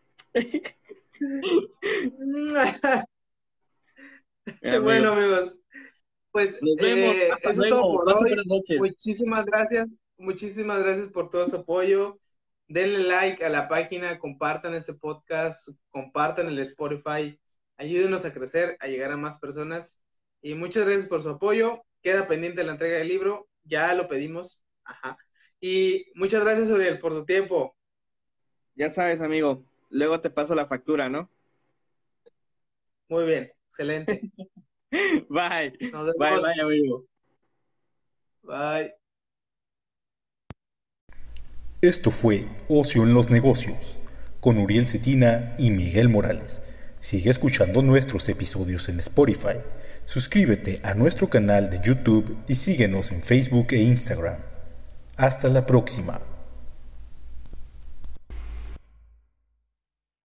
Bueno, amigos, pues nos vemos. Eso es todo por hoy. Muchísimas gracias por todo su apoyo. Denle like a la página, compartan este podcast, compartan el Spotify, ayúdenos a crecer, a llegar a más personas. Y muchas gracias por su apoyo. Queda pendiente la entrega del libro, ya lo pedimos. Ajá. Y muchas gracias, Uriel, por tu tiempo. Ya sabes, amigo, luego te paso la factura, ¿no? Muy bien, excelente. Bye. Nos vemos. Bye, amigo. Bye. Esto fue Ocio en los Negocios, con Uriel Cetina y Miguel Morales. Sigue escuchando nuestros episodios en Spotify. Suscríbete a nuestro canal de YouTube y síguenos en Facebook e Instagram. Hasta la próxima.